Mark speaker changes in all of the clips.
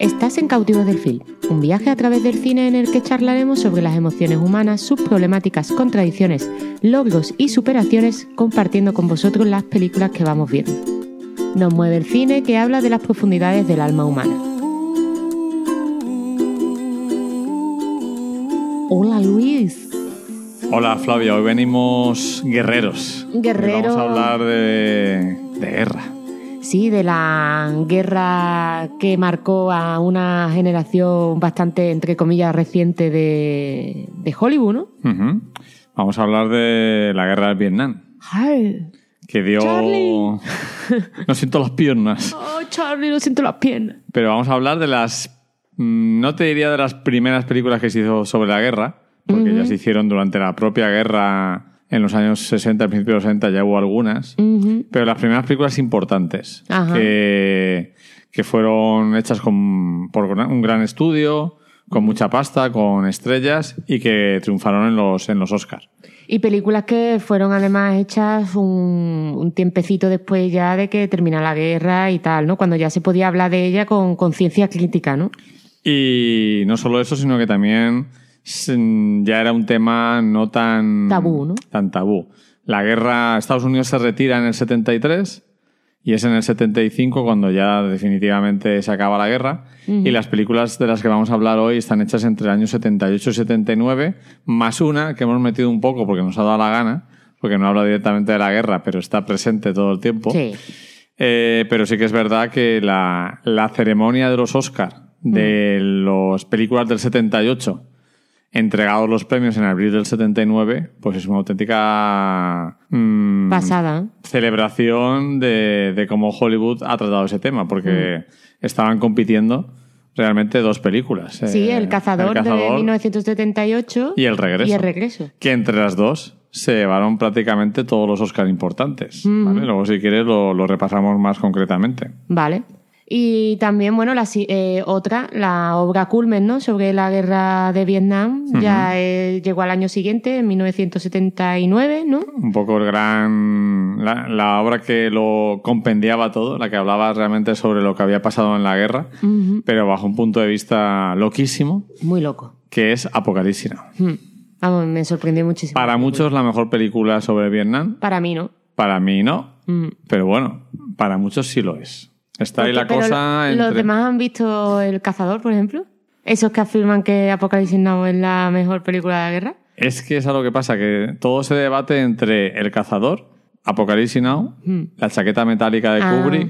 Speaker 1: Estás en Cautivos del Film, un viaje a través del cine en el que charlaremos sobre las emociones humanas, sus problemáticas, contradicciones, logros y superaciones, compartiendo con vosotros las películas que vamos viendo. Nos mueve el cine que habla de las profundidades del alma humana. Hola Luis.
Speaker 2: Hola Flavia, hoy venimos guerreros.
Speaker 1: Guerreros.
Speaker 2: Vamos a hablar de guerra.
Speaker 1: Sí, de la guerra que marcó a una generación bastante, entre comillas, reciente de Hollywood, ¿no?
Speaker 2: Uh-huh. Vamos a hablar de la guerra de Vietnam.
Speaker 1: ¡Ay!
Speaker 2: Que dio...
Speaker 1: ¡Charlie!
Speaker 2: No siento las piernas.
Speaker 1: ¡Oh, Charlie, no siento las piernas!
Speaker 2: Pero vamos a hablar de las... No te diría de las primeras películas que se hizo sobre la guerra, porque ya se hicieron durante la propia guerra... En los años 60, al principio de los 60 ya hubo algunas, pero las primeras películas importantes que fueron hechas por un gran estudio, con mucha pasta, con estrellas y que triunfaron en los Oscars.
Speaker 1: Y películas que fueron además hechas un tiempecito después ya de que termina la guerra y tal, ¿no? Cuando ya se podía hablar de ella con conciencia crítica, ¿no?
Speaker 2: Y no solo eso, sino que también... ya era un tema no tan...
Speaker 1: tabú, ¿no?
Speaker 2: Tan tabú. La guerra... Estados Unidos se retira en el 73 y es en el 75 cuando ya definitivamente se acaba la guerra. Y las películas de las que vamos a hablar hoy están hechas entre el año 78 y 79, más una que hemos metido un poco porque nos ha dado la gana, porque no habla directamente de la guerra, pero está presente todo el tiempo.
Speaker 1: Sí.
Speaker 2: Pero sí que es verdad que la ceremonia de los Oscars de las películas del 78... entregados los premios en abril del 79, pues es una auténtica
Speaker 1: pasada.
Speaker 2: Celebración de cómo Hollywood ha tratado ese tema, porque estaban compitiendo realmente dos películas.
Speaker 1: Sí, El Cazador de 1978
Speaker 2: y El Regreso.
Speaker 1: Y El Regreso.
Speaker 2: Que entre las dos se llevaron prácticamente todos los Oscars importantes. ¿Vale? Luego, si quieres, lo repasamos más concretamente.
Speaker 1: Vale. Y también, bueno, la obra culmen, ¿no? Sobre la guerra de Vietnam, ya llegó al año siguiente, en 1979, ¿no?
Speaker 2: Un poco la obra que lo compendiaba todo, la que hablaba realmente sobre lo que había pasado en la guerra, pero bajo un punto de vista loquísimo.
Speaker 1: Muy loco.
Speaker 2: Que es Apocalipsis Now.
Speaker 1: Vamos, me sorprendió muchísimo.
Speaker 2: Para muchos la mejor película sobre Vietnam.
Speaker 1: Para mí no.
Speaker 2: Para mí no. Pero bueno, para muchos sí lo es. Está ahí la cosa entre...
Speaker 1: ¿Los demás han visto El Cazador, por ejemplo? ¿Esos que afirman que Apocalipsis Now es la mejor película de la guerra?
Speaker 2: Es que es a lo que pasa, que todo se debate entre El Cazador, Apocalipsis Now, La chaqueta metálica de Kubrick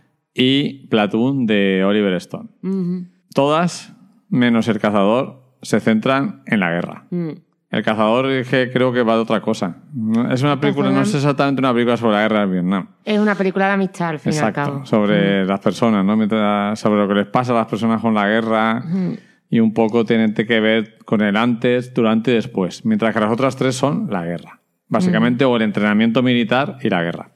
Speaker 2: y Platoon de Oliver Stone. Todas, menos El Cazador, se centran en la guerra. El Cazador es que creo que va de otra cosa. Es una película, no es exactamente una película sobre la guerra de Vietnam.
Speaker 1: Es una película de amistad, al fin y al cabo.
Speaker 2: Exacto, sobre las personas, ¿no? Sobre lo que les pasa a las personas con la guerra y un poco tienen que ver con el antes, durante y después. Mientras que las otras tres son la guerra. Básicamente, o el entrenamiento militar y la guerra.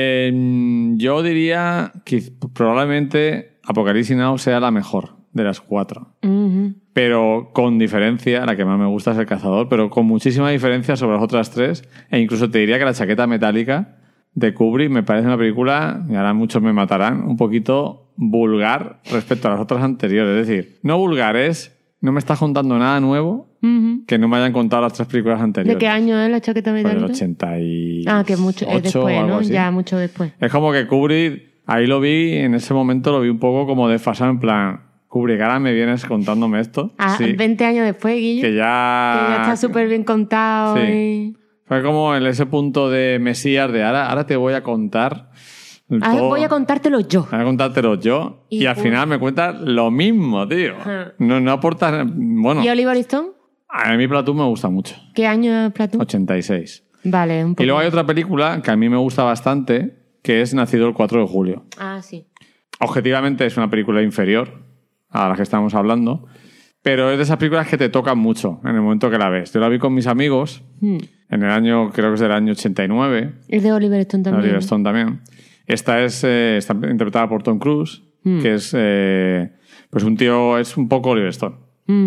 Speaker 2: Yo diría que probablemente Apocalipsis Now sea la mejor de las cuatro. Pero con diferencia, la que más me gusta es El Cazador, pero con muchísima diferencia sobre las otras tres. E incluso te diría que La chaqueta metálica de Kubrick me parece una película, y ahora muchos me matarán, un poquito vulgar respecto a las otras anteriores. Es decir, no vulgar es, no me estás contando nada nuevo que no me hayan contado las tres películas anteriores.
Speaker 1: ¿De qué año es La chaqueta metálica?
Speaker 2: Pues del 88.
Speaker 1: Ah, que es después, ¿no?
Speaker 2: Así.
Speaker 1: Ya mucho después.
Speaker 2: Es como que Kubrick, ahí lo vi, en ese momento lo vi un poco como desfasado, en plan... Kubrick, ahora me vienes contándome esto.
Speaker 1: Sí. 20 años después, Guillo.
Speaker 2: Que ya
Speaker 1: está súper bien contado.
Speaker 2: Sí. Fue como en ese punto de Mesías de ahora te voy a contar todo.
Speaker 1: Voy a contártelo yo.
Speaker 2: Voy a contártelo yo. Y al final me cuentas lo mismo, tío. No aportas... Bueno.
Speaker 1: ¿Y Oliver Stone?
Speaker 2: A mí Platoon me gusta mucho.
Speaker 1: ¿Qué año es Platoon? 86. Vale, un poco.
Speaker 2: Y luego hay otra película que a mí me gusta bastante, que es Nacido el 4 de julio.
Speaker 1: Ah, sí.
Speaker 2: Objetivamente es una película inferior a la que estamos hablando, pero es de esas películas que te tocan mucho en el momento que la ves. Yo la vi con mis amigos en el año, creo que es del año 89.
Speaker 1: Es de Oliver Stone también.
Speaker 2: Oliver Stone también. Esta está interpretada por Tom Cruise, que es pues un tío, es un poco Oliver Stone.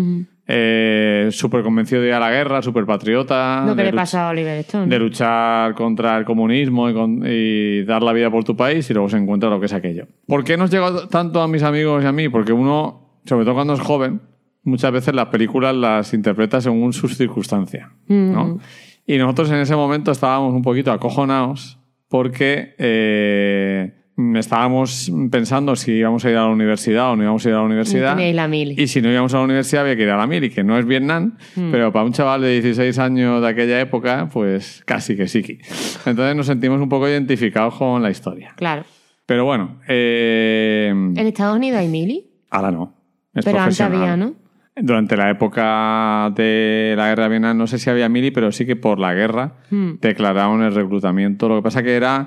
Speaker 2: Súper convencido de ir a la guerra, súper patriota.
Speaker 1: Lo que le pasa a Oliver Stone.
Speaker 2: De luchar contra el comunismo y dar la vida por tu país y luego se encuentra lo que es aquello. ¿Por qué nos llegó tanto a mis amigos y a mí? Porque uno sobre todo cuando es joven, muchas veces las películas las interpreta según sus circunstancias, ¿no? Y nosotros en ese momento estábamos un poquito acojonados porque estábamos pensando si íbamos a ir a la universidad o no íbamos a ir a la universidad. Y si no íbamos a la universidad había que ir a la mili, que no es Vietnam, pero para un chaval de 16 años de aquella época, pues casi que sí. Entonces nos sentimos un poco identificados con la historia.
Speaker 1: Claro.
Speaker 2: Pero bueno...
Speaker 1: ¿En Estados Unidos hay mili?
Speaker 2: Ahora no. Es
Speaker 1: pero antes había, ¿no?
Speaker 2: Durante la época de la guerra de Vietnam no sé si había mili, pero sí que por la guerra declararon el reclutamiento. Lo que pasa que era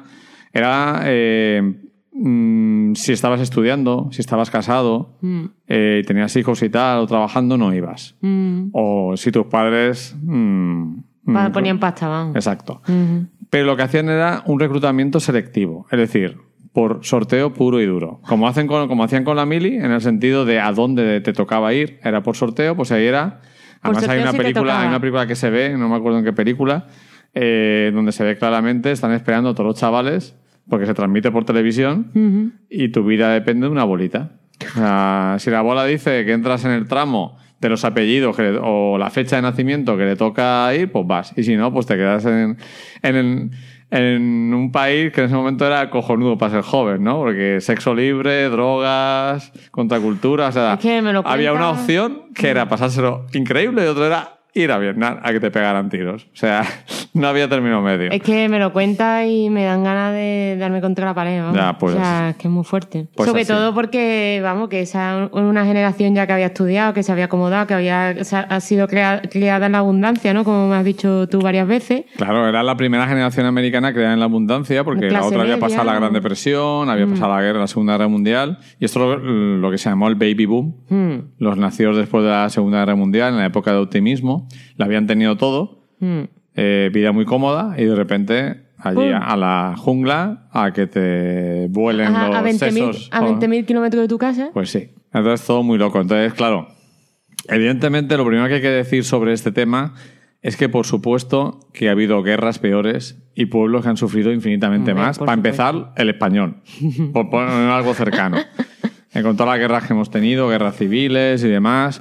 Speaker 2: si estabas estudiando, si estabas casado, tenías hijos y tal, o trabajando, no ibas. O si tus padres...
Speaker 1: ponían pasta, vamos.
Speaker 2: Exacto. Pero lo que hacían era un reclutamiento selectivo. Es decir, por sorteo puro y duro. Como hacían con la mili, en el sentido de a dónde te tocaba ir, era por sorteo, pues ahí era... Además hay una película que se ve, no me acuerdo en qué película, donde se ve claramente, están esperando a todos los chavales, porque se transmite por televisión, y tu vida depende de una bolita. O sea, si la bola dice que entras en el tramo de los apellidos o la fecha de nacimiento que le toca ir, pues vas. Y si no, pues te quedas en un país que en ese momento era cojonudo para ser joven, ¿no? Porque sexo libre, drogas, contracultura, o sea,
Speaker 1: es que
Speaker 2: había una opción que era pasárselo increíble y otra era ir a Vietnam a que te pegaran tiros. O sea, no había término medio.
Speaker 1: Es que me lo cuentas y me dan ganas de darme contra la pared, vamos.
Speaker 2: Ya, pues,
Speaker 1: o sea, es que es muy fuerte.
Speaker 2: Pues
Speaker 1: sobre
Speaker 2: así.
Speaker 1: todo porque, vamos, que esa una generación ya que había estudiado, que se había acomodado, que ha sido criada en la abundancia, ¿no? Como me has dicho tú varias veces.
Speaker 2: Claro, era la primera generación americana creada en la abundancia, porque la otra había pasado la Gran Depresión, había pasado la guerra, la Segunda Guerra Mundial, y esto es lo que se llamó el baby boom. Los nacidos después de la Segunda Guerra Mundial, en la época de optimismo, la habían tenido todo, vida muy cómoda, y de repente allí a la jungla, a que te vuelen los sesos.
Speaker 1: A 20.000 kilómetros de tu casa.
Speaker 2: Pues sí, entonces todo muy loco. Entonces, claro, evidentemente lo primero que hay que decir sobre este tema es que, por supuesto, que ha habido guerras peores y pueblos que han sufrido infinitamente más. Para empezar, el español, por poner algo cercano. Con todas las guerras que hemos tenido, guerras civiles y demás,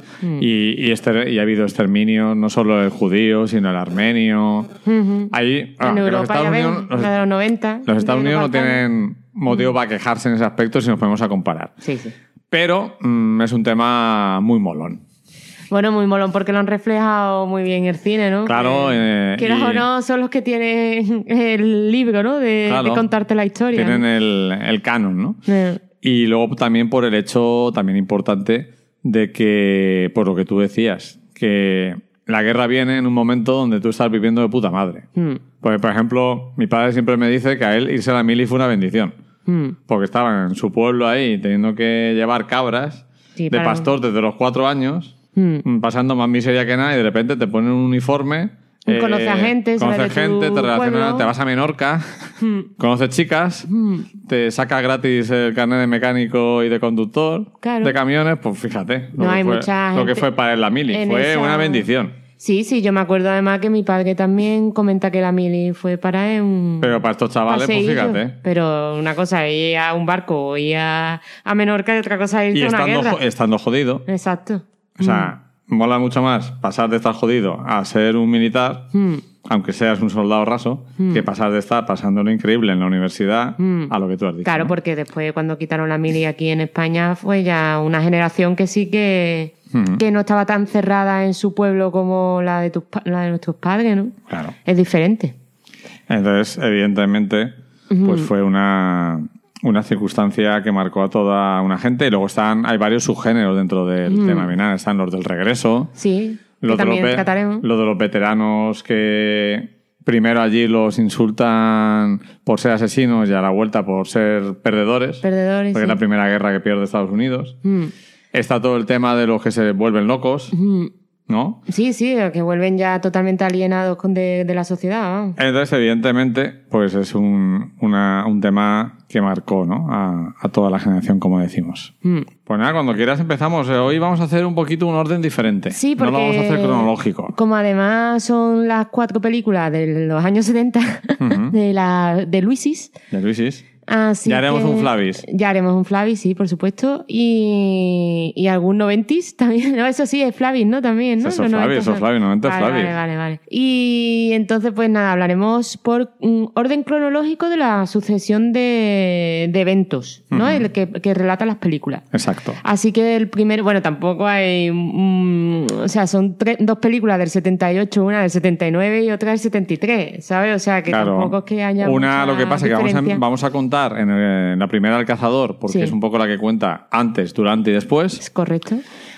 Speaker 2: y ha habido exterminio, no solo el judío, sino el armenio. Ahí,
Speaker 1: en Europa ya ven, la de los 90.
Speaker 2: Los Estados Unidos no tienen motivo para quejarse en ese aspecto si nos podemos a comparar.
Speaker 1: Sí, sí.
Speaker 2: Pero es un tema muy molón.
Speaker 1: Bueno, muy molón porque lo han reflejado muy bien el cine, ¿no?
Speaker 2: Claro.
Speaker 1: Quieras o no, son los que tienen el libro, ¿no? De contarte la historia.
Speaker 2: Tienen, ¿no? el canon, ¿no? Y luego también por el hecho también importante de que, por lo que tú decías, que la guerra viene en un momento donde tú estás viviendo de puta madre. Porque, por ejemplo, mi padre siempre me dice que a él irse a la mili fue una bendición. Porque estaba en su pueblo ahí teniendo que llevar cabras de pastor desde los 4 años, pasando más miseria que nada, y de repente te ponen un uniforme.
Speaker 1: Conoces a gente,
Speaker 2: te relacionas, te vas a Menorca, conoces chicas, te sacas gratis el carnet de mecánico y de conductor de camiones, pues fíjate lo que fue para él la mili, fue una bendición.
Speaker 1: Sí, yo me acuerdo además que mi padre también comenta que la mili fue para él
Speaker 2: Pero para estos chavales, pues fíjate.
Speaker 1: Pero una cosa es ir a un barco o ir a Menorca y otra cosa es irte a una guerra.
Speaker 2: Estando jodido.
Speaker 1: Exacto.
Speaker 2: O sea... Mola mucho más pasar de estar jodido a ser un militar, aunque seas un soldado raso, que pasar de estar pasándolo increíble en la universidad a lo que tú has dicho.
Speaker 1: Claro, ¿no? Porque después cuando quitaron la mili aquí en España fue ya una generación que sí que no estaba tan cerrada en su pueblo como la de nuestros padres, ¿no?
Speaker 2: Claro.
Speaker 1: Es diferente.
Speaker 2: Entonces, evidentemente, pues fue una circunstancia que marcó a toda una gente. Y luego hay varios subgéneros dentro del tema Vietnam. Están los del regreso.
Speaker 1: Sí, que también trataremos.
Speaker 2: Los de los veteranos que primero allí los insultan por ser asesinos y a la vuelta por ser perdedores. Porque es la primera guerra que pierde Estados Unidos. Está todo el tema de los que se vuelven locos. ¿No? Sí,
Speaker 1: que vuelven ya totalmente alienados de la sociedad. ¿No?
Speaker 2: Entonces, evidentemente, pues es un tema que marcó, ¿no? a toda la generación, como decimos. Pues nada, cuando quieras empezamos. Hoy vamos a hacer un poquito un orden diferente.
Speaker 1: Sí, porque
Speaker 2: no lo vamos a hacer cronológico.
Speaker 1: Como además son las 4 películas de los años 70 de Luisis. Así
Speaker 2: ya haremos
Speaker 1: que
Speaker 2: un Flavis.
Speaker 1: Ya haremos un Flavis, sí, por supuesto. Y algún 90s también. No, eso sí, es Flavis, ¿no? También, ¿no?
Speaker 2: Eso es Flavis, 90 es Flavis.
Speaker 1: Vale. Y entonces, pues nada, hablaremos por orden cronológico de la sucesión de eventos, ¿no? El que relata las películas.
Speaker 2: Exacto.
Speaker 1: Así que el primero, bueno, tampoco hay... o sea, son dos películas del 78, una del 79 y otra del 73, ¿sabes? O sea, que tampoco es que haya
Speaker 2: una, lo que pasa es que vamos a contar en la primera El Cazador, porque es un poco la que cuenta antes, durante y después.
Speaker 1: Es correcto.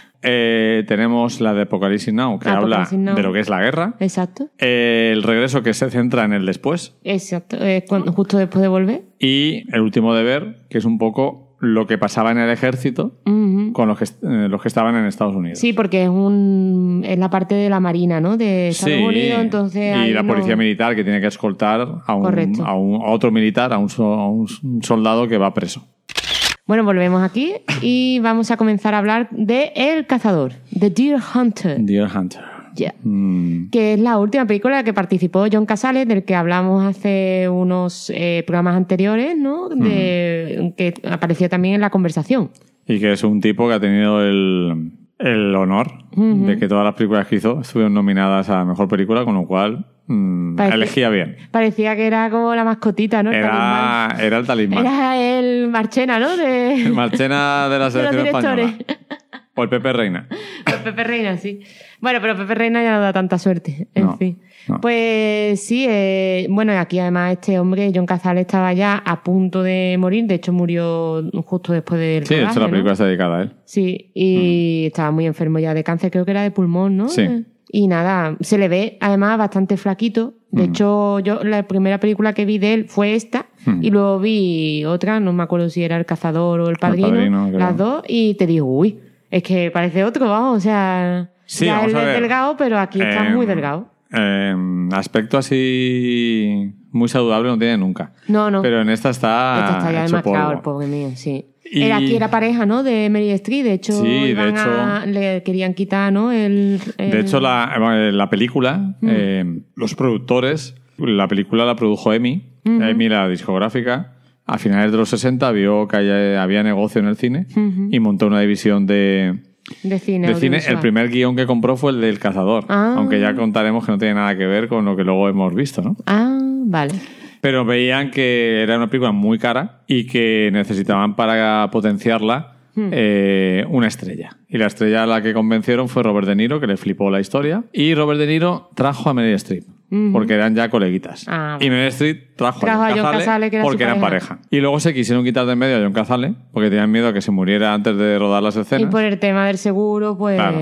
Speaker 2: Tenemos la de Apocalipsis Now, que habla de lo que es la guerra.
Speaker 1: Exacto.
Speaker 2: El regreso, que se centra en el después.
Speaker 1: Exacto, justo después de volver.
Speaker 2: Y el último deber, que es un poco lo que pasaba en el ejército con los que estaban en Estados Unidos.
Speaker 1: Sí, porque es la parte de la Marina, ¿no? De Estados Unidos, entonces...
Speaker 2: Y la policía militar, que tiene que escoltar a otro militar, a un soldado que va preso.
Speaker 1: Bueno, volvemos aquí y vamos a comenzar a hablar de El Cazador, de Deer Hunter.
Speaker 2: Deer Hunter.
Speaker 1: Yeah. Que es la última película en la que participó John Cazale, del que hablamos hace unos programas anteriores, ¿no? Que apareció también en la conversación.
Speaker 2: Y que es un tipo que ha tenido el honor de que todas las películas que hizo estuvieron nominadas a Mejor Película, con lo cual elegía bien.
Speaker 1: Parecía que era como la mascotita, ¿no?
Speaker 2: Era el talismán.
Speaker 1: Era el Marchena, ¿no?
Speaker 2: El Marchena de la selección española. O el Pepe Reina.
Speaker 1: El Pepe Reina, sí. Bueno, pero Pepe Reina ya no da tanta suerte. En fin. No. Pues sí, bueno, aquí además este hombre, John Cazale, estaba ya a punto de morir. De hecho, murió justo después del rodaje,
Speaker 2: de hecho la película está dedicada a él.
Speaker 1: Sí, y estaba muy enfermo ya de cáncer, creo que era de pulmón, ¿no?
Speaker 2: Sí.
Speaker 1: Y nada, se le ve además bastante flaquito. De hecho, yo la primera película que vi de él fue esta, y luego vi otra, no me acuerdo si era El Cazador o El Padrino, las dos, y te digo, uy, es que parece otro, vamos, o sea,
Speaker 2: sí,
Speaker 1: ya él es delgado, pero aquí está muy delgado.
Speaker 2: Aspecto así muy saludable no tiene nunca.
Speaker 1: No.
Speaker 2: Pero en esta está
Speaker 1: ya demacrado, el pobre mío, sí. Aquí era pareja, ¿no? De Meryl Streep, de hecho, le querían quitar, ¿no? De
Speaker 2: hecho, la película, los productores, la película la produjo EMI, EMI, la discográfica. A finales de los 60 vio que había negocio en el cine y montó una división de cine. El primer guión que compró fue el del Cazador, aunque ya contaremos que no tiene nada que ver con lo que luego hemos visto, ¿no?
Speaker 1: Vale.
Speaker 2: Pero veían que era una película muy cara y que necesitaban para potenciarla una estrella. Y la estrella a la que convencieron fue Robert De Niro, que le flipó la historia. Y Robert De Niro trajo a Meryl Streep, porque eran ya coleguitas. Y Meryl Streep trajo a John Cazale porque eran pareja. Y luego se quisieron quitar de en medio a John Cazale, porque tenían miedo a que se muriera antes de rodar las escenas.
Speaker 1: Y por el tema del seguro, pues...
Speaker 2: Claro.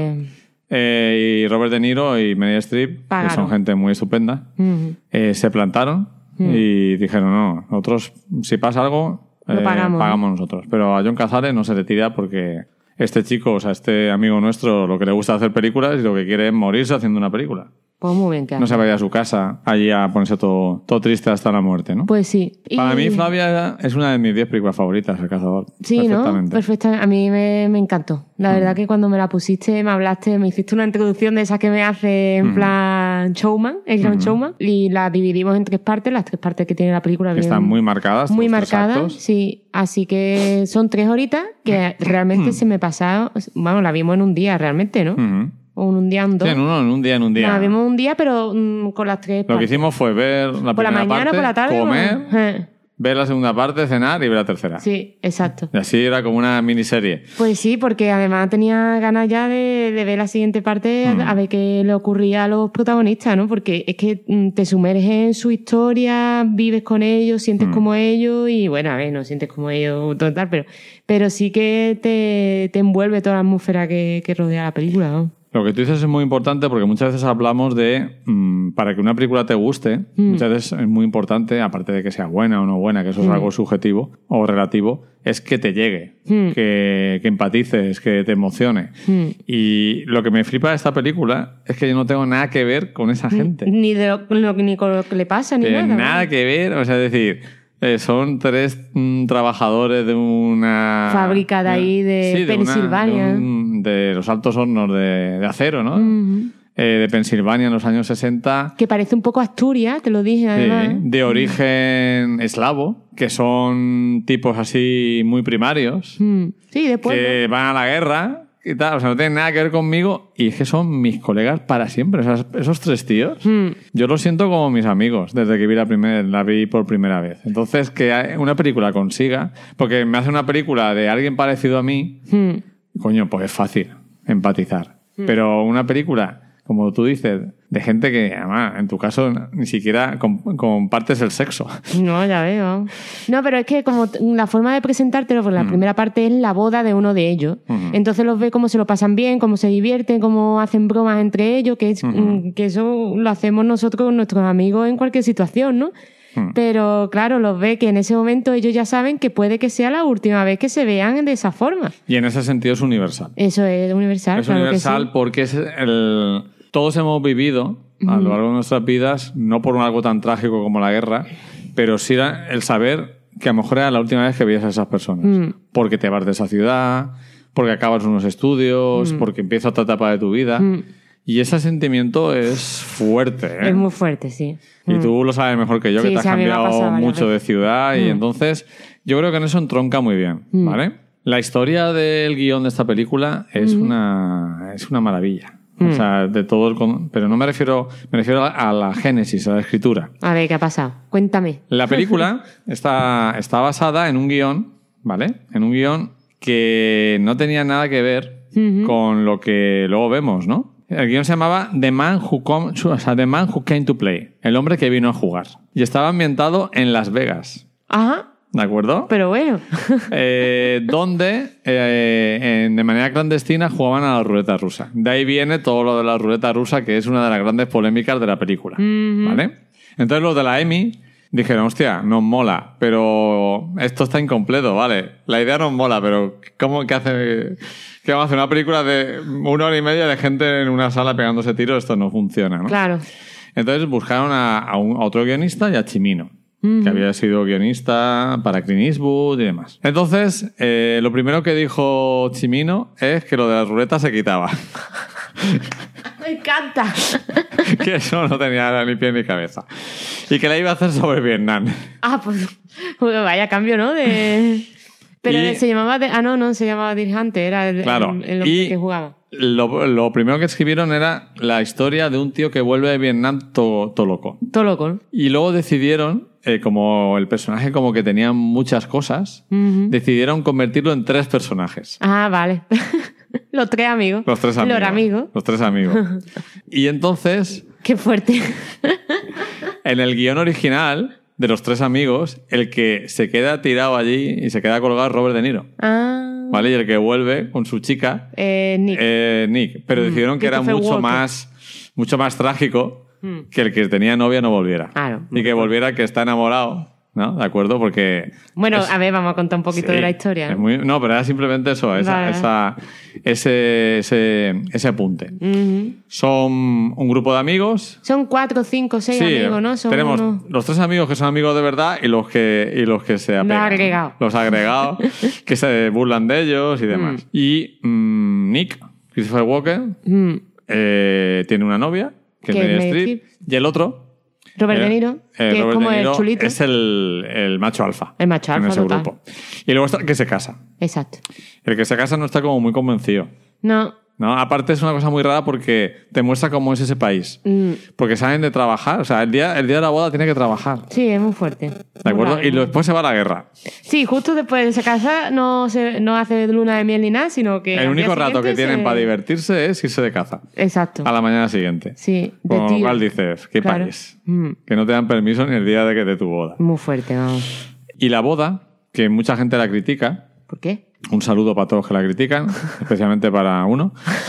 Speaker 2: Y Robert De Niro y Meryl Streep, que son gente muy estupenda, se plantaron y dijeron, no, nosotros, si pasa algo, pagamos nosotros. Pero a John Cazale no se le tira porque este chico, o sea, este amigo nuestro, lo que le gusta hacer películas y lo que quiere es morirse haciendo una película.
Speaker 1: Pues muy bien,
Speaker 2: no se vaya a su casa allí a ponerse todo triste hasta la muerte, ¿no?
Speaker 1: Pues sí.
Speaker 2: Para mí, Flavia es una de mis 10 películas favoritas, El Cazador.
Speaker 1: Sí, perfectamente. ¿No? Perfectamente. A mí me encantó. La verdad que cuando me la pusiste, me hablaste, me hiciste una introducción de esas que me hace en plan showman, el gran showman, y la dividimos en 3 partes, las 3 partes que tiene la película.
Speaker 2: Que están muy marcadas.
Speaker 1: Muy marcadas, sí. Así que son 3 horitas que realmente se me pasaron, bueno, la vimos en un día realmente, ¿no? O en un día, en 2.
Speaker 2: Sí, en un día.
Speaker 1: La vimos un día, pero con las 3 partes.
Speaker 2: Lo que hicimos fue ver la
Speaker 1: por
Speaker 2: primera
Speaker 1: la mañana,
Speaker 2: parte,
Speaker 1: por la tarde,
Speaker 2: comer, ver la segunda parte, cenar y ver la tercera.
Speaker 1: Sí, exacto.
Speaker 2: Y así era como una miniserie.
Speaker 1: Pues sí, porque además tenía ganas ya de ver la siguiente parte, a ver qué le ocurría a los protagonistas, ¿no? Porque es que te sumerges en su historia, vives con ellos, sientes como ellos y, bueno, a ver, no sientes como ellos total, pero sí que te envuelve toda la atmósfera que rodea la película, ¿no?
Speaker 2: Lo que tú dices es muy importante porque muchas veces hablamos de, para que una película te guste, muchas veces es muy importante, aparte de que sea buena o no buena, que eso es algo subjetivo o relativo, es que te llegue, que empatices, que te emocione. Y lo que me flipa de esta película es que yo no tengo nada que ver con esa gente.
Speaker 1: Ni con lo que le pasa, ni nada.
Speaker 2: Nada que ver, o sea, es decir... son 3 trabajadores de una...
Speaker 1: fábrica de ahí, de Pensilvania.
Speaker 2: De los altos hornos de acero, ¿no? De Pensilvania en los años 60.
Speaker 1: Que parece un poco Asturias, te lo dije además.
Speaker 2: De origen eslavo, que son tipos así muy primarios,
Speaker 1: Sí, después.
Speaker 2: que van a la guerra y tal, o sea, no tienen nada que ver conmigo y es que son mis colegas para siempre. O sea, esos 3 tíos, yo los siento como mis amigos desde que la vi por primera vez. Entonces, que una película consiga, porque me hace una película de alguien parecido a mí, coño, pues es fácil empatizar. Pero una película, como tú dices, de gente que, además, en tu caso, ni siquiera compartes el sexo.
Speaker 1: No, ya veo. No, pero es que como la forma de presentártelo, porque la primera parte es la boda de uno de ellos. Entonces los ve cómo se lo pasan bien, cómo se divierten, cómo hacen bromas entre ellos, que eso lo hacemos nosotros con nuestros amigos en cualquier situación, ¿no? Pero claro, los ve que en ese momento ellos ya saben que puede que sea la última vez que se vean de esa forma.
Speaker 2: Y en ese sentido es universal.
Speaker 1: Eso es universal.
Speaker 2: Es universal porque es todos hemos vivido a lo largo de nuestras vidas, no por algo tan trágico como la guerra, pero sí el saber que a lo mejor era la última vez que veías a esas personas. Porque te vas de esa ciudad, porque acabas unos estudios, porque empieza otra etapa de tu vida. Y ese sentimiento es fuerte, ¿eh?
Speaker 1: Es muy fuerte, sí.
Speaker 2: Y tú lo sabes mejor que yo, que te has cambiado mucho de ciudad. Y entonces yo creo que en eso entronca muy bien, ¿vale? La historia del guión de esta película es una maravilla. O sea, de todo pero no me refiero a la génesis, a la escritura.
Speaker 1: A ver, ¿qué ha pasado? Cuéntame.
Speaker 2: La película está basada en un guión, ¿vale? En un guión que no tenía nada que ver con lo que luego vemos, ¿no? El guión se llamaba The Man Who Came to Play, el hombre que vino a jugar. Y estaba ambientado en Las Vegas.
Speaker 1: Ajá.
Speaker 2: ¿De acuerdo?
Speaker 1: Pero bueno.
Speaker 2: Donde de manera clandestina jugaban a la ruleta rusa. De ahí viene todo lo de la ruleta rusa, que es una de las grandes polémicas de la película. ¿Vale? Entonces los de la Emmy dijeron, hostia, nos mola, pero esto está incompleto, ¿vale? La idea nos mola, pero ¿qué vamos a hacer una película de 1 hora y media de gente en una sala pegándose tiros? Esto no funciona, ¿no?
Speaker 1: Claro.
Speaker 2: Entonces buscaron a otro guionista y a Cimino, que había sido guionista para Clint Eastwood y demás. Entonces, lo primero que dijo Cimino es que lo de la ruleta se quitaba.
Speaker 1: ¡Me encanta!
Speaker 2: Que eso no tenía ni pie ni cabeza. Y que la iba a hacer sobre Vietnam.
Speaker 1: Ah, pues vaya cambio, ¿no? Pero se llamaba... se llamaba Deer Hunter, era el hombre que jugaba.
Speaker 2: Lo primero que escribieron era la historia de un tío que vuelve de Vietnam todo loco.
Speaker 1: Todo loco, ¿no?
Speaker 2: Y luego decidieron, como el personaje como que tenía muchas cosas, decidieron convertirlo en 3 personajes.
Speaker 1: Ah, vale. Los 3 amigos.
Speaker 2: Los 3 amigos. Los 3 amigos. Y entonces...
Speaker 1: ¡Qué fuerte!
Speaker 2: En el guión original de los 3 amigos, el que se queda tirado allí y se queda colgado es Robert De Niro.
Speaker 1: Ah.
Speaker 2: ¿Vale? Y el que vuelve con su chica... Nick. Pero decidieron que era mucho más trágico que el que tenía novia no volviera.
Speaker 1: Claro.
Speaker 2: Y que volviera el que está enamorado, ¿no? ¿De acuerdo? Porque...
Speaker 1: Bueno, a ver, vamos a contar un poquito de la historia.
Speaker 2: No, pero era simplemente eso, ese apunte. Son un grupo de amigos.
Speaker 1: Son 4, 5, 6 amigos, ¿no?
Speaker 2: Tenemos los 3 amigos que son amigos de verdad y los que se apegan. Los agregados. Que se burlan de ellos y demás. Y Nick, Christopher Walker, tiene una novia, que es Meryl Streep. Y el otro...
Speaker 1: Robert De Niro, que
Speaker 2: Robert
Speaker 1: es como
Speaker 2: De Niro
Speaker 1: el chulito.
Speaker 2: Es el macho alfa.
Speaker 1: El macho alfa,
Speaker 2: en ese
Speaker 1: total.
Speaker 2: grupo. Y luego está el que se casa.
Speaker 1: Exacto.
Speaker 2: El que se casa no está como muy convencido.
Speaker 1: No.
Speaker 2: Aparte es una cosa muy rara porque te muestra cómo es ese país. Porque salen de trabajar. O sea, el día de la boda tiene que trabajar.
Speaker 1: Sí, es muy fuerte.
Speaker 2: ¿De acuerdo? Y después se va a la guerra.
Speaker 1: Sí, justo después de esa casa no hace luna de miel ni nada, sino que...
Speaker 2: El único rato que tienen para divertirse es irse de caza.
Speaker 1: Exacto.
Speaker 2: A la mañana siguiente.
Speaker 1: Sí.
Speaker 2: Con lo cual dices, ¿qué país? Que no te dan permiso ni el día de tu boda.
Speaker 1: Muy fuerte, vamos.
Speaker 2: Y la boda, que mucha gente la critica...
Speaker 1: ¿Por qué?
Speaker 2: Un saludo para todos que la critican, especialmente para uno.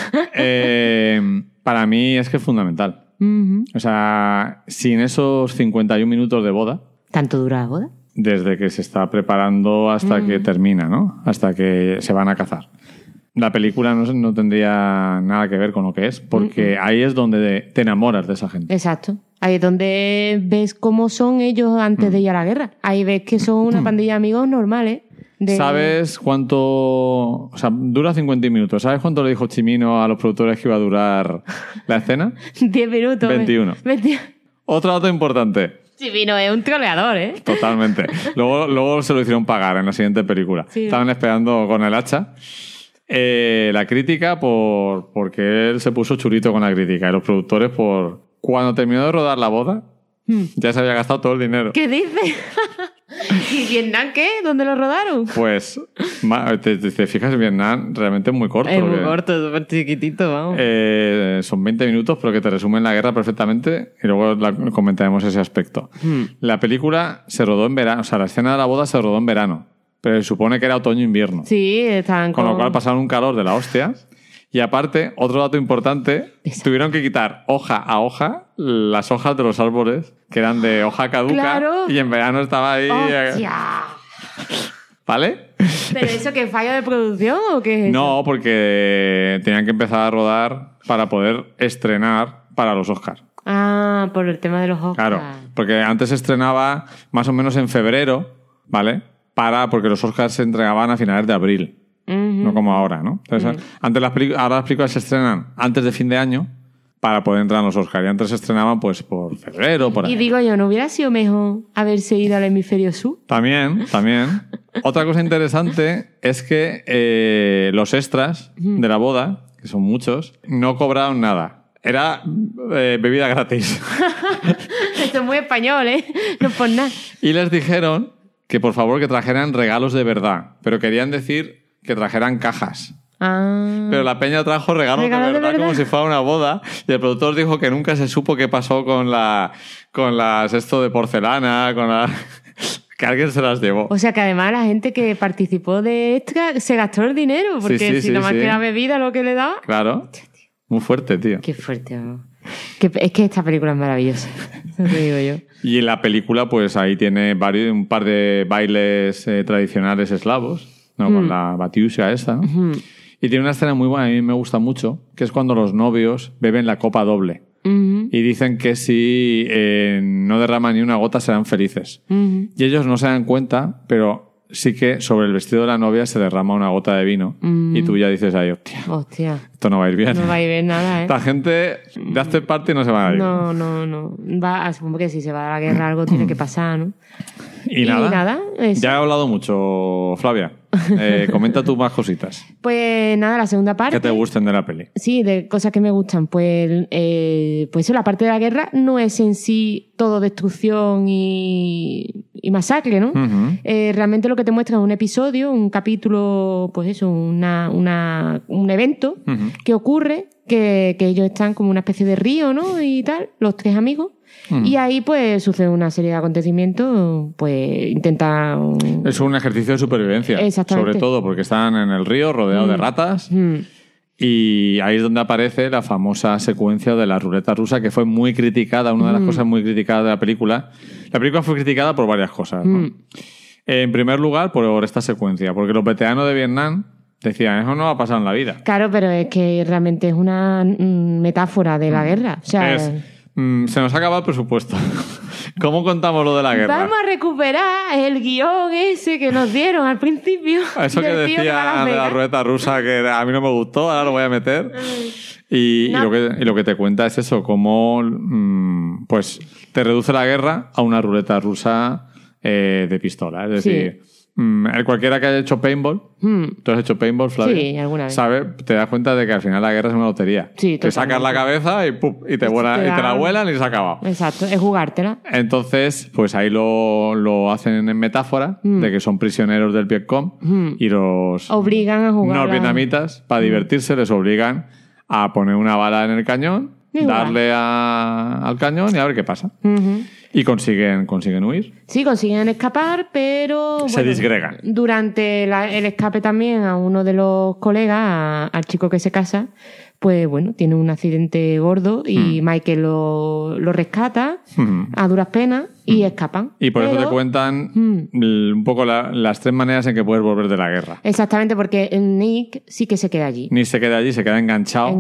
Speaker 2: Para mí es que es fundamental. O sea, sin esos 51 minutos de boda...
Speaker 1: ¿Tanto dura la boda?
Speaker 2: Desde que se está preparando hasta que termina, ¿no? Hasta que se van a cazar. La película no tendría nada que ver con lo que es, porque ahí es donde te enamoras de esa gente.
Speaker 1: Exacto. Ahí es donde ves cómo son ellos antes de ir a la guerra. Ahí ves que son una pandilla de amigos normales.
Speaker 2: ¿Sabes cuánto...? O sea, dura 50 minutos. ¿Sabes cuánto le dijo Cimino a los productores que iba a durar la escena?
Speaker 1: 10 minutos.
Speaker 2: 21. Otro dato importante.
Speaker 1: Sí, vino, es un troleador, ¿eh?
Speaker 2: Totalmente. Luego se lo hicieron pagar en la siguiente película.
Speaker 1: Sí.
Speaker 2: Estaban esperando con el hacha. La crítica porque él se puso churito con la crítica y los productores cuando terminó de rodar la boda ya se había gastado todo el dinero.
Speaker 1: ¿Qué dices? ¿Y Vietnam qué? ¿Dónde lo rodaron?
Speaker 2: Pues te fijas en Vietnam, realmente es muy corto.
Speaker 1: Es muy corto, súper chiquitito, vamos.
Speaker 2: Son 20 minutos, pero que te resumen la guerra perfectamente y luego comentaremos ese aspecto. La película se rodó en verano, o sea, la escena de la boda se rodó en verano, pero se supone que era otoño-invierno.
Speaker 1: Sí, estaban
Speaker 2: con lo cual pasaron un calor de la hostia. Y aparte, otro dato importante, tuvieron que quitar hoja a hoja las hojas de los árboles, que eran de hoja caduca,
Speaker 1: claro.
Speaker 2: Y en verano estaba ahí...
Speaker 1: ¡Hostia!
Speaker 2: ¿Vale?
Speaker 1: ¿Pero eso qué fallo de producción o qué es eso?
Speaker 2: No, porque tenían que empezar a rodar para poder estrenar para los Oscars.
Speaker 1: Ah, por el tema de los Oscars.
Speaker 2: Claro, porque antes se estrenaba más o menos en febrero, ¿vale? Porque los Oscars se entregaban a finales de abril. No como ahora, ¿no? Entonces, ahora las películas se estrenan antes de fin de año para poder entrar en los Oscars. Y antes se estrenaban pues por febrero, por ahí.
Speaker 1: Y digo yo, ¿no hubiera sido mejor haberse ido al hemisferio sur?
Speaker 2: También. Otra cosa interesante es que los extras de la boda, que son muchos, no cobraron nada. Era bebida gratis.
Speaker 1: Esto es muy español, ¿eh? No por nada.
Speaker 2: Y les dijeron que por favor que trajeran regalos de verdad. Pero querían decir que trajeran cajas.
Speaker 1: Ah.
Speaker 2: Pero la peña trajo regalos de verdad como si fuera una boda. Y el productor dijo que nunca se supo qué pasó con las esto de porcelana, que alguien se las llevó.
Speaker 1: O sea que además la gente que participó de extra se gastó el dinero, porque si nomás que era bebida lo que le daba.
Speaker 2: Claro. Muy fuerte, tío.
Speaker 1: Qué fuerte, ¿no? Es que esta película es maravillosa. Eso te digo yo.
Speaker 2: Y en la película, pues ahí tiene un par de bailes tradicionales eslavos, ¿no? Con la batiusia esa, ¿no? Y tiene una escena muy buena, a mí me gusta mucho, que es cuando los novios beben la copa doble. Y dicen que si no derraman ni una gota serán felices. Y ellos no se dan cuenta, pero sí que sobre el vestido de la novia se derrama una gota de vino. Y tú ya dices ahí, hostia, esto no va a ir bien.
Speaker 1: No va a ir bien nada, ¿eh?
Speaker 2: Esta gente de after party no se va a ir.
Speaker 1: No. Supongo que si se va a la guerra algo tiene que pasar, ¿no?
Speaker 2: Y nada,
Speaker 1: eso.
Speaker 2: Ya he hablado mucho, Flavia. Comenta tú más cositas.
Speaker 1: Pues nada, la segunda parte.
Speaker 2: Que te gusten de la peli.
Speaker 1: Sí, de cosas que me gustan. Pues eso, la parte de la guerra no es en sí todo destrucción y masacre, ¿no? Realmente lo que te muestra es un episodio, un capítulo, pues eso, un evento que ocurre, que ellos están como una especie de río, ¿no? Y tal, los tres amigos. Y ahí pues sucede una serie de acontecimientos, pues intentan...
Speaker 2: Es un ejercicio de supervivencia.
Speaker 1: Exactamente.
Speaker 2: Sobre todo porque están en el río rodeados de ratas. Y ahí es donde aparece la famosa secuencia de la ruleta rusa, que fue muy criticada, una de las cosas muy criticadas de la película. La película fue criticada por varias cosas, ¿no? En primer lugar, por esta secuencia, porque los veteranos de Vietnam decían, eso no va a pasar en la vida.
Speaker 1: Claro, pero es que realmente es una metáfora de la guerra. O sea,
Speaker 2: se nos acaba el presupuesto. ¿Cómo contamos lo de la guerra?
Speaker 1: Vamos a recuperar el guión ese que nos dieron al principio.
Speaker 2: Eso que decía de la ruleta rusa, que a mí no me gustó, ahora lo voy a meter. Y lo que te cuenta es eso, cómo pues te reduce la guerra a una ruleta rusa de pistola. Es decir, cualquiera que haya hecho paintball, tú has hecho paintball, Flavia,
Speaker 1: sí, alguna vez.
Speaker 2: Te das cuenta de que al final la guerra es una lotería.
Speaker 1: Sí,
Speaker 2: te sacas la cabeza y te la vuelan y se ha acabado.
Speaker 1: Exacto, es jugártela.
Speaker 2: Entonces, pues ahí lo hacen en metáfora de que son prisioneros del Vietcong y los
Speaker 1: obligan a jugar.
Speaker 2: Los vietnamitas, para divertirse, les obligan a poner una bala en el cañón, darle al cañón y a ver qué pasa. Y consiguen huir.
Speaker 1: Sí, consiguen escapar, pero...
Speaker 2: Se disgregan.
Speaker 1: Durante el escape también a uno de los colegas, al chico que se casa, pues bueno, tiene un accidente gordo y Michael lo rescata a duras penas y escapan.
Speaker 2: Y por eso te cuentan un poco las tres maneras en que puedes volver de la guerra.
Speaker 1: Exactamente, porque Nick sí que se queda allí.
Speaker 2: Nick se queda allí, se queda enganchado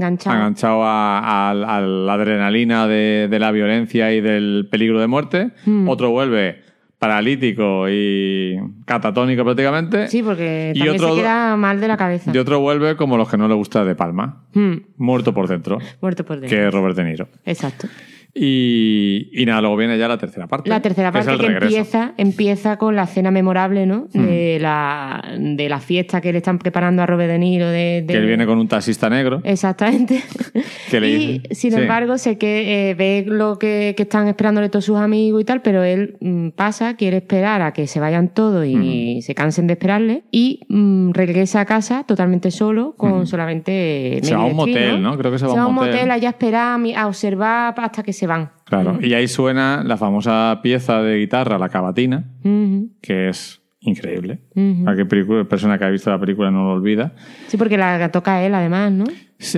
Speaker 2: a la adrenalina de la violencia y del peligro de muerte. Otro vuelve paralítico y catatónico prácticamente.
Speaker 1: Sí, porque también se queda mal de la cabeza.
Speaker 2: Y otro vuelve como los que no le gusta De Palma. Muerto por dentro.
Speaker 1: Muerto por dentro.
Speaker 2: Que es Robert De Niro.
Speaker 1: Exacto.
Speaker 2: Y nada, luego viene ya la tercera parte.
Speaker 1: La tercera parte que empieza con la cena memorable, ¿no? De la fiesta que le están preparando a Robert De Niro. Que
Speaker 2: él viene con un taxista negro.
Speaker 1: Exactamente. Sin embargo, sé que ve lo que están esperándole todos sus amigos y tal, pero él quiere esperar a que se vayan todos y se cansen de esperarle, y regresa a casa totalmente solo, con solamente...
Speaker 2: Se va a un motel, ¿no? Creo que se va a un motel
Speaker 1: allá a esperar, a observar hasta que se van.
Speaker 2: Claro, y ahí suena la famosa pieza de guitarra, la cavatina, que es increíble. Cualquier persona que ha visto la película no lo olvida.
Speaker 1: Sí, porque la toca él, además, ¿no?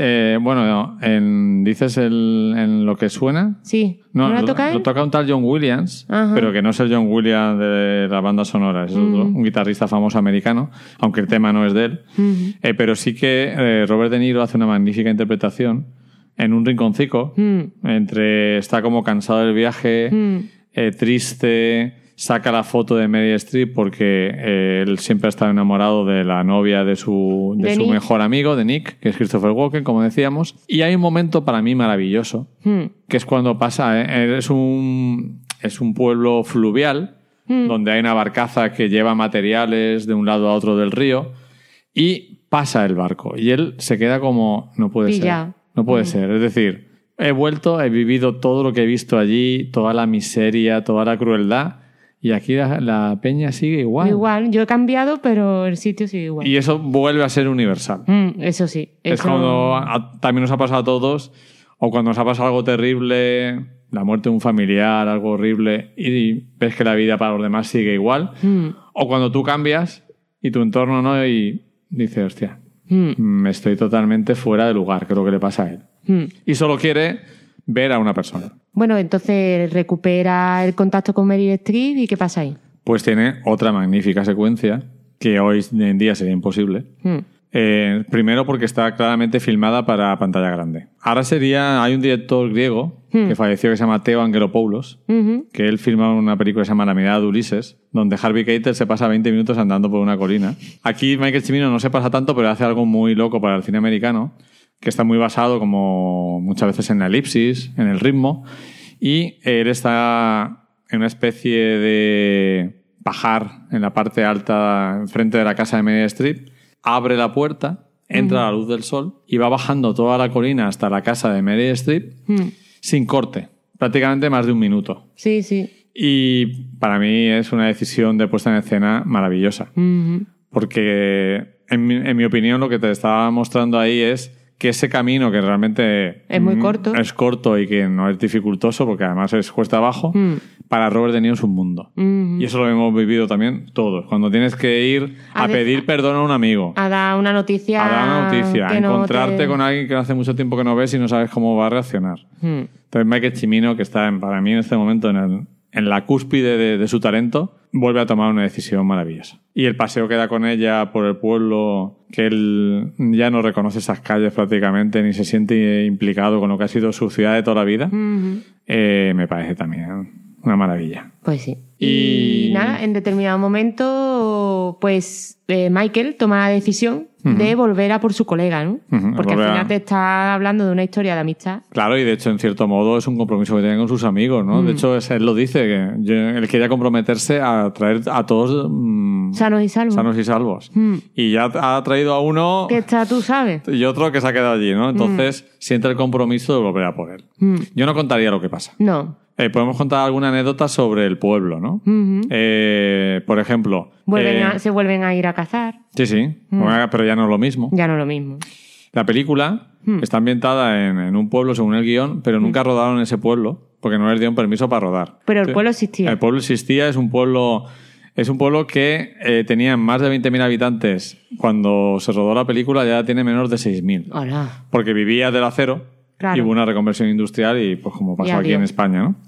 Speaker 2: Bueno, dices en lo que suena.
Speaker 1: Sí.
Speaker 2: ¿No
Speaker 1: la toca él?
Speaker 2: Lo toca un tal John Williams, pero que no es el John Williams de la banda sonora, es otro, un guitarrista famoso americano, aunque el tema no es de él. Pero sí que Robert De Niro hace una magnífica interpretación en un rinconcico, está como cansado del viaje, triste, saca la foto de Meryl Streep porque él siempre ha estado enamorado de la novia de su mejor amigo, de Nick, que es Christopher Walken, como decíamos. Y hay un momento para mí maravilloso, que es cuando pasa, es un pueblo fluvial, donde hay una barcaza que lleva materiales de un lado a otro del río, y pasa el barco. Y él se queda como, no puede ser. No puede ser. Es decir, he vivido todo lo que he visto allí, toda la miseria, toda la crueldad, y aquí la peña sigue igual.
Speaker 1: Igual, yo he cambiado, pero el sitio sigue igual.
Speaker 2: Y eso vuelve a ser universal.
Speaker 1: Eso sí.
Speaker 2: Es cuando también nos ha pasado a todos, o cuando nos ha pasado algo terrible, la muerte de un familiar, algo horrible, y ves que la vida para los demás sigue igual. O cuando tú cambias y tu entorno no, y dices, hostia, estoy totalmente fuera de lugar, que es lo que le pasa a él. Y solo quiere ver a una persona.
Speaker 1: Bueno, entonces recupera el contacto con Meryl Streep, ¿y qué pasa ahí?
Speaker 2: Pues tiene otra magnífica secuencia que hoy en día sería imposible. Primero porque está claramente filmada para pantalla grande. Ahora hay un director griego que falleció, que se llama Theo Angelopoulos, que él filma una película que se llama La mirada de Ulises, donde Harvey Keitel se pasa 20 minutos andando por una colina. Aquí Michael Cimino no se pasa tanto, pero hace algo muy loco para el cine americano, que está muy basado, como muchas veces, en la elipsis, en el ritmo, y él está en una especie de pajar en la parte alta, enfrente de la casa de Meryl Streep, abre la puerta, entra la luz del sol y va bajando toda la colina hasta la casa de Meryl Streep sin corte, prácticamente más de un minuto.
Speaker 1: Sí, sí.
Speaker 2: Y para mí es una decisión de puesta en escena maravillosa, porque en mi opinión lo que te estaba mostrando ahí es que ese camino, que realmente
Speaker 1: es muy corto,
Speaker 2: es corto y que no es dificultoso, porque además es cuesta abajo, para Robert De Niro es un mundo. Y eso lo hemos vivido también todos. Cuando tienes que ir a pedir perdón a un amigo,
Speaker 1: a dar una noticia,
Speaker 2: a encontrarte con alguien que hace mucho tiempo que no ves y no sabes cómo va a reaccionar. Entonces Michael Cimino, que está para mí en este momento en la cúspide de su talento, vuelve a tomar una decisión maravillosa. Y el paseo que da con ella por el pueblo, que él ya no reconoce esas calles prácticamente, ni se siente implicado con lo que ha sido su ciudad de toda la vida, me parece también una maravilla.
Speaker 1: Pues sí. Y nada, en determinado momento, pues Michael toma la decisión de volver a por su colega, ¿no? Porque al final te está hablando de una historia de amistad.
Speaker 2: Claro, y de hecho, en cierto modo, es un compromiso que tiene con sus amigos, ¿no? De hecho, él lo dice, que él quería comprometerse a traer a todos
Speaker 1: sanos y salvos.
Speaker 2: Y ya ha traído a uno...
Speaker 1: Que está, tú sabes.
Speaker 2: Y otro que se ha quedado allí, ¿no? Entonces, siente el compromiso de volver a por él. Yo no contaría lo que pasa.
Speaker 1: No.
Speaker 2: Podemos contar alguna anécdota sobre el pueblo, ¿no? Por ejemplo...
Speaker 1: se vuelven a ir a cazar.
Speaker 2: Sí. Pero ya no es lo mismo.
Speaker 1: Ya no es lo mismo.
Speaker 2: La película está ambientada en un pueblo según el guión, pero nunca rodaron en ese pueblo, porque no les dieron permiso para rodar.
Speaker 1: Pero el pueblo existía.
Speaker 2: El pueblo existía, es un pueblo que tenía más de 20.000 habitantes. Cuando se rodó la película ya tiene menos de 6.000.
Speaker 1: Hola.
Speaker 2: Porque vivía del acero. Claro. Y hubo una reconversión industrial y pues como pasó aquí en España, ¿no?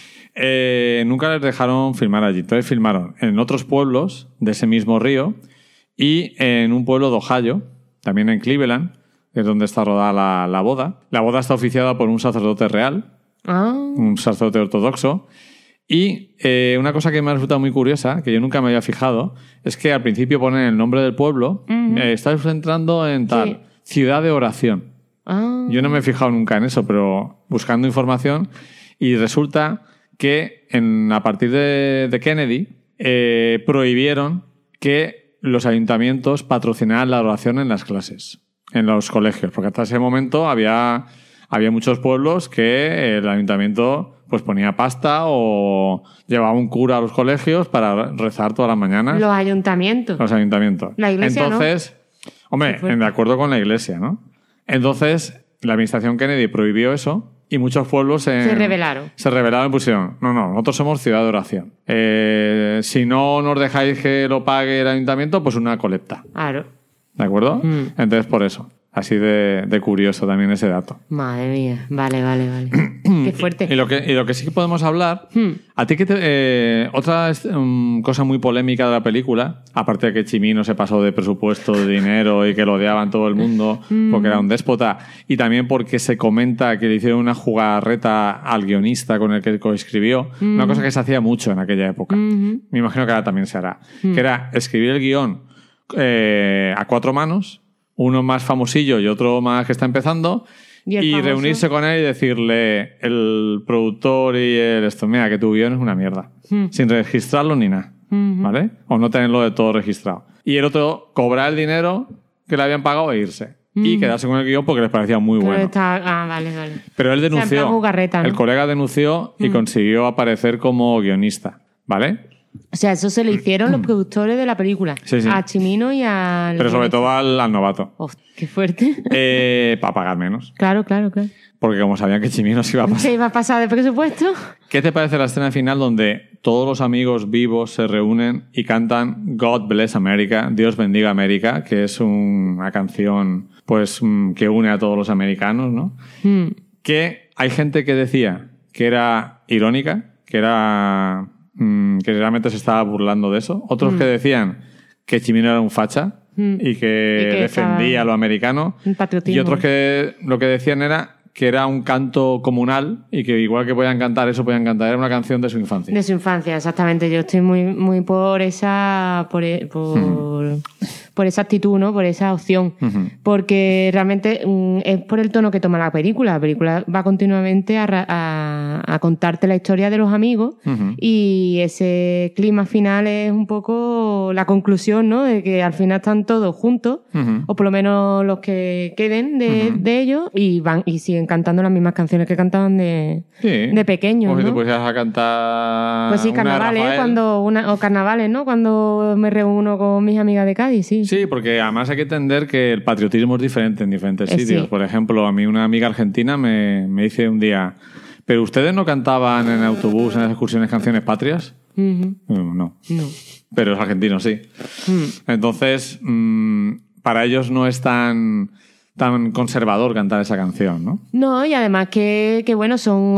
Speaker 2: Nunca les dejaron filmar allí. Entonces filmaron en otros pueblos de ese mismo río y en un pueblo de Ohio, también en Cleveland, que es donde está rodada la boda. La boda está oficiada por un sacerdote real, un sacerdote ortodoxo. Y una cosa que me ha resultado muy curiosa, que yo nunca me había fijado, es que al principio ponen el nombre del pueblo, estáis entrando en tal ciudad de oración. Yo no me he fijado nunca en eso, pero buscando información, Y resulta que a partir de Kennedy prohibieron que los ayuntamientos patrocinaran la oración en las clases, en los colegios, porque hasta ese momento había muchos pueblos que el ayuntamiento pues ponía pasta o llevaba un cura a los colegios para rezar todas las mañanas.
Speaker 1: Los ayuntamientos.
Speaker 2: La iglesia, entonces, ¿no? Hombre, de acuerdo con la iglesia, ¿no? Entonces, la administración Kennedy prohibió eso y muchos pueblos
Speaker 1: se rebelaron.
Speaker 2: Se rebelaron y pusieron, no, nosotros somos ciudad de oración. Si no nos dejáis que lo pague el ayuntamiento, pues una colecta.
Speaker 1: Claro.
Speaker 2: ¿De acuerdo? Entonces, por eso. Así de curioso también ese dato.
Speaker 1: Madre mía. Vale. Qué fuerte.
Speaker 2: Y lo que sí que podemos hablar... A ti otra cosa muy polémica de la película, aparte de que Chimino se pasó de presupuesto, de dinero y que lo odiaban todo el mundo porque era un déspota, y también porque se comenta que le hicieron una jugarreta al guionista con el que coescribió, una cosa que se hacía mucho en aquella época. Me imagino que ahora también se hará. Que era escribir el guión a 4 manos, uno más famosillo y otro más que está empezando, y reunirse con él y decirle, el productor y esto, mira, que tu guión es una mierda, sin registrarlo ni nada, ¿vale? O no tenerlo de todo registrado. Y el otro cobrar el dinero que le habían pagado e irse. Y quedarse con el guión porque les parecía muy bueno.
Speaker 1: Vale.
Speaker 2: Pero él denunció,
Speaker 1: jugarreta, ¿no?
Speaker 2: El colega denunció y consiguió aparecer como guionista, ¿vale?
Speaker 1: O sea, eso se le hicieron los productores de la película.
Speaker 2: Sí.
Speaker 1: A Chimino y al...
Speaker 2: Pero sobre todo al novato.
Speaker 1: Oh, qué fuerte.
Speaker 2: Para pagar menos.
Speaker 1: Claro.
Speaker 2: Porque como sabían que Chimino se iba a pasar.
Speaker 1: ¿Se iba a pasar de presupuesto?
Speaker 2: ¿Qué te parece la escena final donde todos los amigos vivos se reúnen y cantan God Bless America, Dios bendiga América, que es una canción pues que une a todos los americanos, ¿no? Que hay gente que decía que era irónica, que realmente se estaba burlando de eso. Otros que decían que Chimino era un facha y que defendía lo americano. Y otros que lo que decían era que era un canto comunal y que igual que podían cantar eso, podían cantar. Era una canción de su infancia. De
Speaker 1: su infancia, exactamente. Yo estoy muy por esa... por esa actitud, ¿no? Por esa opción. Porque realmente es por el tono que toma la película. La película va continuamente a contarte la historia de los amigos y ese clima final es un poco la conclusión, ¿no? De que al final están todos juntos, o por lo menos los que queden de ellos, y siguen cantando las mismas canciones que cantaban de pequeños,
Speaker 2: ¿no?
Speaker 1: Pues
Speaker 2: te pusieras a cantar...
Speaker 1: Pues sí, carnavales, o carnavales, ¿no? Cuando me reúno con mis amigas de Cádiz, sí.
Speaker 2: Sí, porque además hay que entender que el patriotismo es diferente en diferentes sitios. Sí. Por ejemplo, a mí una amiga argentina me dice un día, ¿pero ustedes no cantaban en autobús, en las excursiones, canciones patrias? No. Pero los argentinos sí. Entonces, para ellos no es tan conservador cantar esa canción, ¿no?
Speaker 1: No, y además que bueno, son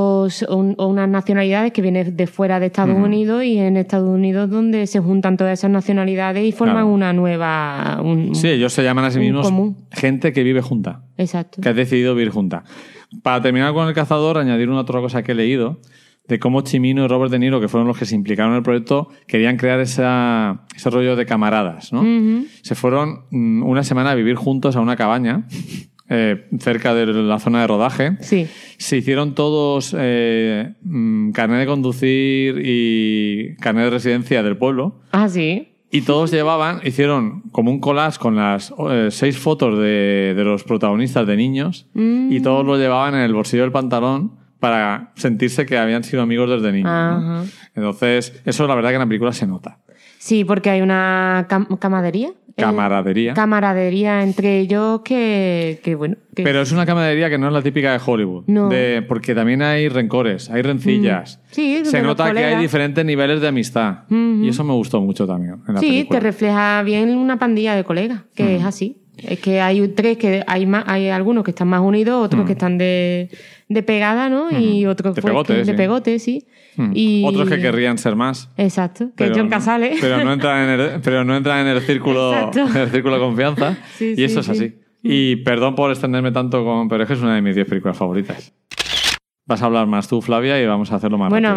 Speaker 1: unas nacionalidades que vienen de fuera de Estados Unidos, y en Estados Unidos donde se juntan todas esas nacionalidades y forman una nueva...
Speaker 2: sí, ellos se llaman a sí mismos gente que vive junta.
Speaker 1: Exacto.
Speaker 2: Que ha decidido vivir junta. Para terminar con El Cazador, añadir una otra cosa que he leído, de cómo Chimino y Robert De Niro, que fueron los que se implicaron en el proyecto, querían crear ese rollo de camaradas, ¿no? Se fueron una semana a vivir juntos a una cabaña cerca de la zona de rodaje.
Speaker 1: Sí.
Speaker 2: Se hicieron todos carnet de conducir y carnet de residencia del pueblo.
Speaker 1: Ah, sí.
Speaker 2: Y todos hicieron como un collage con las 6 fotos de los protagonistas de niños, y todos lo llevaban en el bolsillo del pantalón para sentirse que habían sido amigos desde niños, ¿no? Entonces, eso la verdad que en la película se nota.
Speaker 1: Sí, porque hay una camaradería. Camaradería entre ellos que bueno...
Speaker 2: Pero es una camaradería que no es la típica de Hollywood.
Speaker 1: No.
Speaker 2: Porque también hay rencores, hay rencillas.
Speaker 1: Sí,
Speaker 2: se nota que hay diferentes niveles de amistad. Y eso me gustó mucho también en la película.
Speaker 1: Sí, te refleja bien una pandilla de colegas, que es así. Es que hay 3 que hay algunos que están más unidos, otros que están de pegada, ¿no? Y otros de pegote, sí. Y... otros
Speaker 2: que querrían ser más.
Speaker 1: Exacto, que John Casale.
Speaker 2: Pero no entran en el círculo de confianza.
Speaker 1: Sí,
Speaker 2: y eso es así. Y perdón por extenderme tanto pero es que es una de mis 10 películas favoritas. Vas a hablar más tú, Flavia, y vamos a hacerlo más rápido.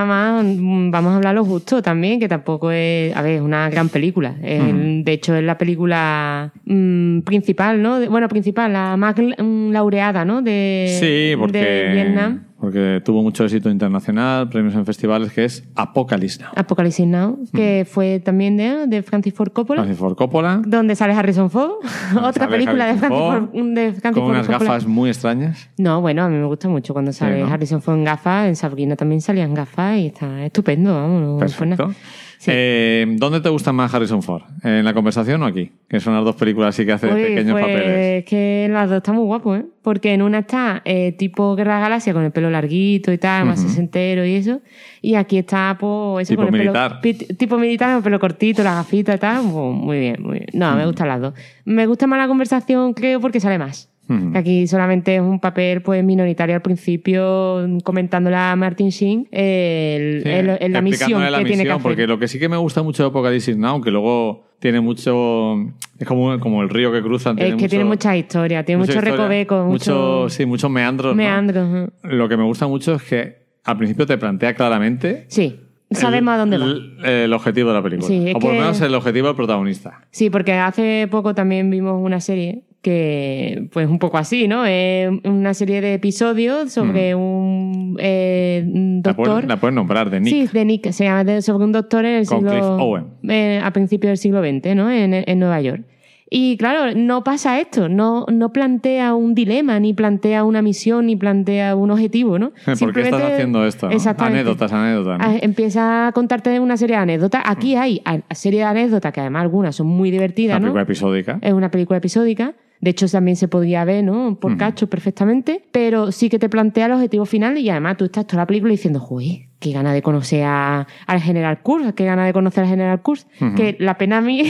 Speaker 1: Vamos a hablar lo justo también, que tampoco es... A ver, es una gran película. De hecho, es la película principal, ¿no? Principal, la más laureada, ¿no? De Vietnam.
Speaker 2: porque tuvo mucho éxito internacional, premios en festivales, que es Apocalypse Now.
Speaker 1: Apocalypse Now, que fue también de Francis Ford Coppola.
Speaker 2: Francis Ford Coppola.
Speaker 1: Donde sale Harrison Ford. Otra película de Francis Ford
Speaker 2: con
Speaker 1: Ford
Speaker 2: unas
Speaker 1: Coppola.
Speaker 2: gafas muy extrañas.
Speaker 1: No, bueno, a mí me gusta mucho cuando sale Harrison Ford en gafas. En Sabrina también salían gafas y está estupendo, vamos. No
Speaker 2: Perfecto.
Speaker 1: Sí.
Speaker 2: ¿Dónde te gusta más Harrison Ford? ¿En la conversación o aquí? Que son las dos películas así que hace pequeños papeles.
Speaker 1: Es que las dos están muy guapos, ¿eh? Porque en una está tipo Guerra Galaxia con el pelo larguito y tal, más sesentero y eso. Y aquí está, pues, eso
Speaker 2: tipo
Speaker 1: con el
Speaker 2: militar.
Speaker 1: Tipo militar, con el pelo cortito, las gafitas y tal. Pues, muy bien, muy bien. No, me gustan las dos. Me gusta más la conversación, creo, porque sale más. Que aquí solamente es un papel pues minoritario al principio, comentándole a Martin Sheen la misión que tiene que hacer.
Speaker 2: Porque lo que sí que me gusta mucho de Apocalypse Now, que luego tiene mucho... Es como el río que cruzan.
Speaker 1: Es que tiene mucha historia, tiene mucho recoveco.
Speaker 2: Muchos meandros.
Speaker 1: Meandros.
Speaker 2: ¿no? Lo que me gusta mucho es que al principio te plantea claramente...
Speaker 1: Sí. Sabemos a dónde va.
Speaker 2: El objetivo de la película.
Speaker 1: Sí,
Speaker 2: o por lo menos el objetivo del protagonista.
Speaker 1: Sí, porque hace poco también vimos una serie que, pues un poco así, ¿no? Una serie de episodios sobre un doctor.
Speaker 2: La puedes nombrar, de Nick.
Speaker 1: Sí, de Nick. Se llama sobre un doctor en el
Speaker 2: Con Cliff
Speaker 1: siglo...
Speaker 2: Owen.
Speaker 1: A principios del siglo XX, ¿no? En Nueva York. Y claro, no pasa esto, no plantea un dilema, ni plantea una misión, ni plantea un objetivo, ¿no?
Speaker 2: ¿Por qué estás haciendo esto? ¿No?
Speaker 1: Exactamente.
Speaker 2: Anécdotas. ¿no?
Speaker 1: Empieza a contarte una serie de anécdotas. Aquí hay serie de anécdotas que además algunas son muy divertidas, ¿no?
Speaker 2: Una película episódica.
Speaker 1: Es una película episódica. De hecho, también se podría ver, ¿no? Por cachos perfectamente. Pero sí que te plantea el objetivo final y además tú estás toda la película diciendo, ¡joder! Qué gana de conocer al General Kurz, qué gana de conocer al General Kurz. Que la pena mía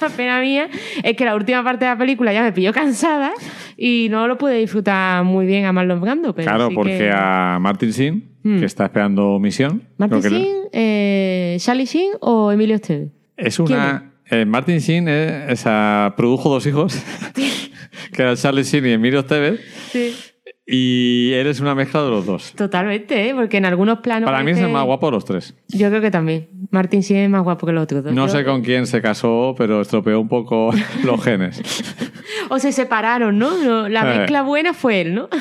Speaker 1: es que la última parte de la película ya me pilló cansada y no lo pude disfrutar muy bien a Marlon Brando. Pero
Speaker 2: claro,
Speaker 1: sí
Speaker 2: porque
Speaker 1: que...
Speaker 2: a Martin Sheen, que está esperando misión...
Speaker 1: ¿Martin Sheen, Charlie Sheen o Emilio Estevez?
Speaker 2: Es una... Martin Sheen produjo dos hijos, que eran Charlie Sheen y Emilio Estevez.
Speaker 1: Sí.
Speaker 2: Y él es una mezcla de los dos.
Speaker 1: Totalmente, ¿eh? Porque en algunos planos...
Speaker 2: Para mí es el más guapo de los tres.
Speaker 1: Yo creo que también. Martin Sheen es más guapo que los otros dos.
Speaker 2: No sé con quién se casó, pero estropeó un poco los genes.
Speaker 1: O se separaron, ¿no? La mezcla buena fue él, ¿no?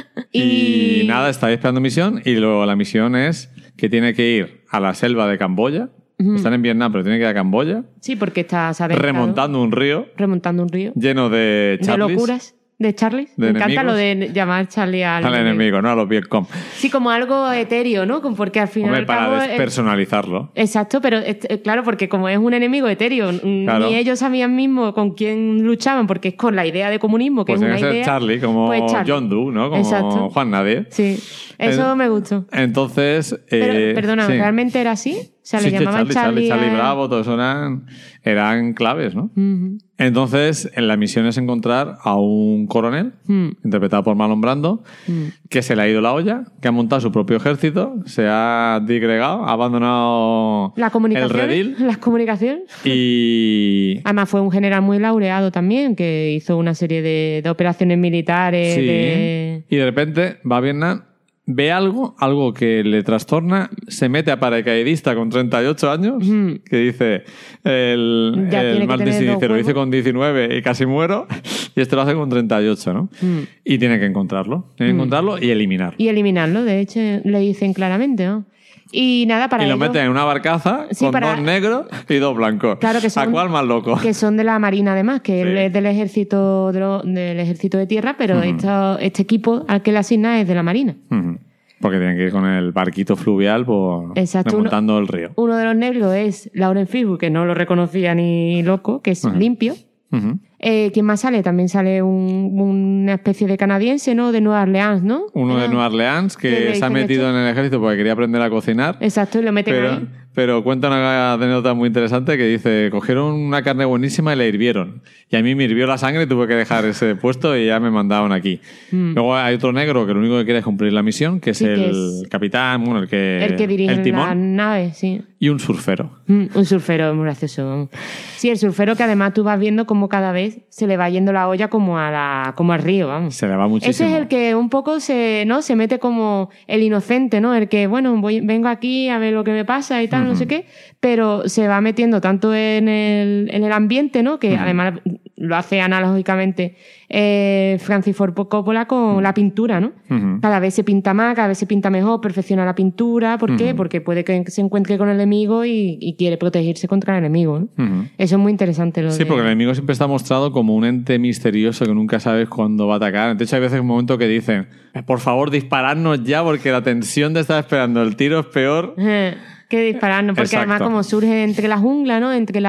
Speaker 2: Y nada, está esperando misión y luego la misión es que tiene que ir a la selva de Camboya. Están en Vietnam, pero tiene que ir a Camboya.
Speaker 1: Sí, porque está...
Speaker 2: Remontando un río. Lleno de Charlies.
Speaker 1: De locuras. De Charlie. Me encanta lo de llamar Charlie al
Speaker 2: enemigo, ¿no? A los Vietcong.
Speaker 1: Sí, como algo etéreo, ¿no? Porque al final...
Speaker 2: Hombre, para despersonalizarlo.
Speaker 1: Exacto, pero claro, porque como es un enemigo etéreo, claro. Ni ellos sabían mismo con quién luchaban, porque es con la idea de comunismo, que
Speaker 2: pues
Speaker 1: es una
Speaker 2: ser
Speaker 1: idea...
Speaker 2: Charlie, como pues Charlie. John Doe, ¿no? Como Exacto. Juan Nadie.
Speaker 1: Sí, eso me gustó.
Speaker 2: Entonces...
Speaker 1: Pero, perdona, sí. ¿Realmente era así? O sea, le llamaban
Speaker 2: Charlie Bravo, todos eran claves, ¿no? Entonces, en la misión es encontrar a un coronel, interpretado por Marlon Brando, que se le ha ido la olla, que ha montado su propio ejército, se ha digregado, ha abandonado el redil.
Speaker 1: Las comunicaciones.
Speaker 2: Y...
Speaker 1: Además fue un general muy laureado también, que hizo una serie de operaciones militares.
Speaker 2: Sí. Y de repente va a Vietnam, ve algo que le trastorna, se mete a paracaidista con 38 años, que dice el Martin Sheen dice, lo hice con 19 y casi muero, y este lo hace con 38, ¿no? Y tiene que encontrarlo. Tiene que encontrarlo y eliminarlo.
Speaker 1: Y eliminarlo, de hecho, le dicen claramente, ¿no? Y nada, para
Speaker 2: y lo meten en una barcaza con dos negros y dos blancos.
Speaker 1: Claro que son,
Speaker 2: ¿a cuál más loco?
Speaker 1: Que son de la Marina, además, que él es del ejército de tierra, pero este equipo al que le asigna es de la Marina.
Speaker 2: Porque tienen que ir con el barquito fluvial remontando el río.
Speaker 1: Uno de los negros es Lauren Fishburne, que no lo reconocía ni loco, que es limpio. ¿Quién más sale? También sale una especie de canadiense, ¿no? De Nueva Orleans, ¿no?
Speaker 2: Uno de Nueva Orleans que se ha metido en el ejército porque quería aprender a cocinar.
Speaker 1: Exacto, y lo meten ahí.
Speaker 2: Pero cuenta una anécdota muy interesante que dice, cogieron una carne buenísima y la hirvieron. Y a mí me hirvió la sangre y tuve que dejar ese puesto y ya me mandaban aquí. Luego hay otro negro que lo único que quiere es cumplir la misión, que es el capitán, bueno, el que
Speaker 1: dirige
Speaker 2: el timón,
Speaker 1: la nave, sí.
Speaker 2: Y un surfero.
Speaker 1: Un surfero muy gracioso. Sí, el surfero que además tú vas viendo como cada vez se le va yendo la olla como al río, vamos.
Speaker 2: Se le va muchísimo.
Speaker 1: Ese es el que un poco se mete como el inocente, ¿no? El que, bueno, vengo aquí a ver lo que me pasa y tal, no sé qué, pero se va metiendo tanto en el ambiente, ¿no? Que además lo hace analógicamente Francis Ford Coppola con la pintura, ¿no?
Speaker 2: Ujú.
Speaker 1: Cada vez se pinta más, cada vez se pinta mejor, perfecciona la pintura. ¿Por qué? Porque puede que se encuentre con el enemigo y quiere protegerse contra el enemigo, ¿no?
Speaker 2: Ujú.
Speaker 1: Eso es muy interesante.
Speaker 2: Sí, porque el enemigo siempre está mostrado como un ente misterioso que nunca sabes cuándo va a atacar. De hecho, hay veces un momento que dicen, por favor, disparadnos ya porque la tensión de estar esperando el tiro es peor.
Speaker 1: Que dispararnos, porque
Speaker 2: Exacto.
Speaker 1: además como surge entre la jungla, ¿no? Entre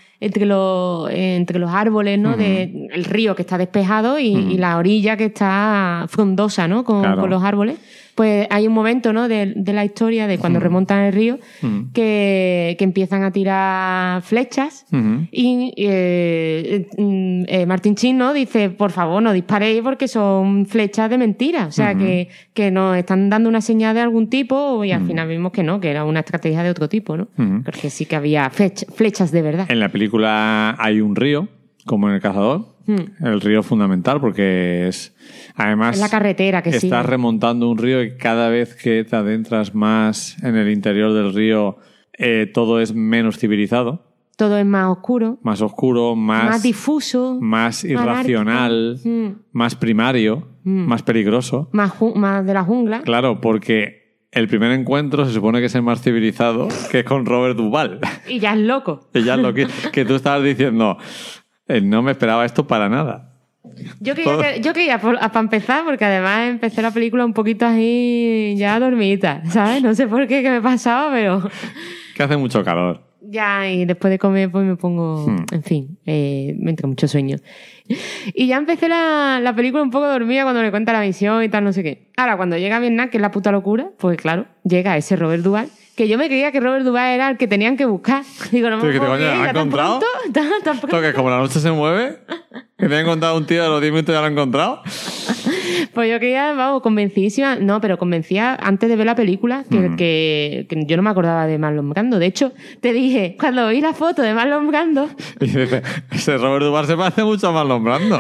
Speaker 1: los árboles, ¿no? El río que está despejado y la orilla que está frondosa, ¿no?
Speaker 2: Claro.
Speaker 1: Con los árboles. Pues hay un momento, ¿no? De la historia de cuando remontan el río que empiezan a tirar flechas y Martin Sheen, ¿no? Dice, por favor, no disparéis porque son flechas de mentira. O sea, que nos están dando una señal de algún tipo y al final vimos que no, que era una estrategia de otro tipo, ¿no? Porque sí que había flechas de verdad.
Speaker 2: En la película hay un río, como en El Cazador. El río es fundamental porque además
Speaker 1: Es la carretera que
Speaker 2: estás
Speaker 1: sigue.
Speaker 2: remontando un río y cada vez que te adentras más en el interior del río todo es menos civilizado,
Speaker 1: Todo es más oscuro,
Speaker 2: más oscuro,
Speaker 1: más difuso,
Speaker 2: más irracional,
Speaker 1: anárquico.
Speaker 2: más primario, más peligroso.
Speaker 1: más de la jungla.
Speaker 2: Claro, porque el primer encuentro se supone que es el más civilizado, que es con Robert Duvall.
Speaker 1: Y ya es loco.
Speaker 2: Ella es lo que tú estabas diciendo, no me esperaba esto para nada.
Speaker 1: Yo quería para empezar, porque además empecé la película un poquito así ya dormidita, ¿sabes? No sé por qué me pasaba, pero
Speaker 2: Que hace mucho calor.
Speaker 1: ya, y después de comer pues me pongo, en fin, me entra mucho sueño. Y ya empecé la película un poco dormida cuando le cuenta la misión y tal, no sé qué. Ahora, cuando llega a Vietnam, que es la puta locura, pues claro, llega ese Robert Duvall, que yo me creía que Robert Duvall era el que tenían que buscar. Digo, no me
Speaker 2: ¿Qué te
Speaker 1: puedo
Speaker 2: coño,
Speaker 1: creer,
Speaker 2: has
Speaker 1: ya tan
Speaker 2: encontrado?
Speaker 1: pronto, tan pronto.
Speaker 2: ¿Esto que es como la noche se mueve? ¿Que te ha encontrado un tío de los 10 minutos y ya lo ha encontrado?
Speaker 1: Pues yo quería, vamos, convencidísima, no, pero convencía antes de ver la película que yo no me acordaba de Marlon Brando. De hecho, te dije, cuando vi la foto de Marlon Brando,
Speaker 2: Y dice, ese Robert Duvall se parece mucho a Marlon Brando.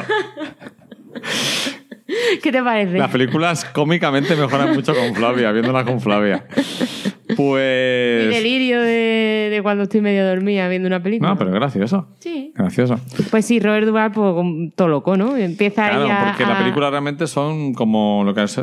Speaker 1: ¿qué te parece?
Speaker 2: Las películas cómicamente mejoran mucho con Flavia, viéndolas con Flavia.
Speaker 1: Mi
Speaker 2: Pues...
Speaker 1: delirio de cuando estoy medio dormida viendo una película.
Speaker 2: No, pero es gracioso.
Speaker 1: Sí.
Speaker 2: Gracioso.
Speaker 1: Pues sí, Robert Duvall, pues todo loco, ¿no? Empieza
Speaker 2: Claro,
Speaker 1: ahí
Speaker 2: porque la película realmente son como lo que es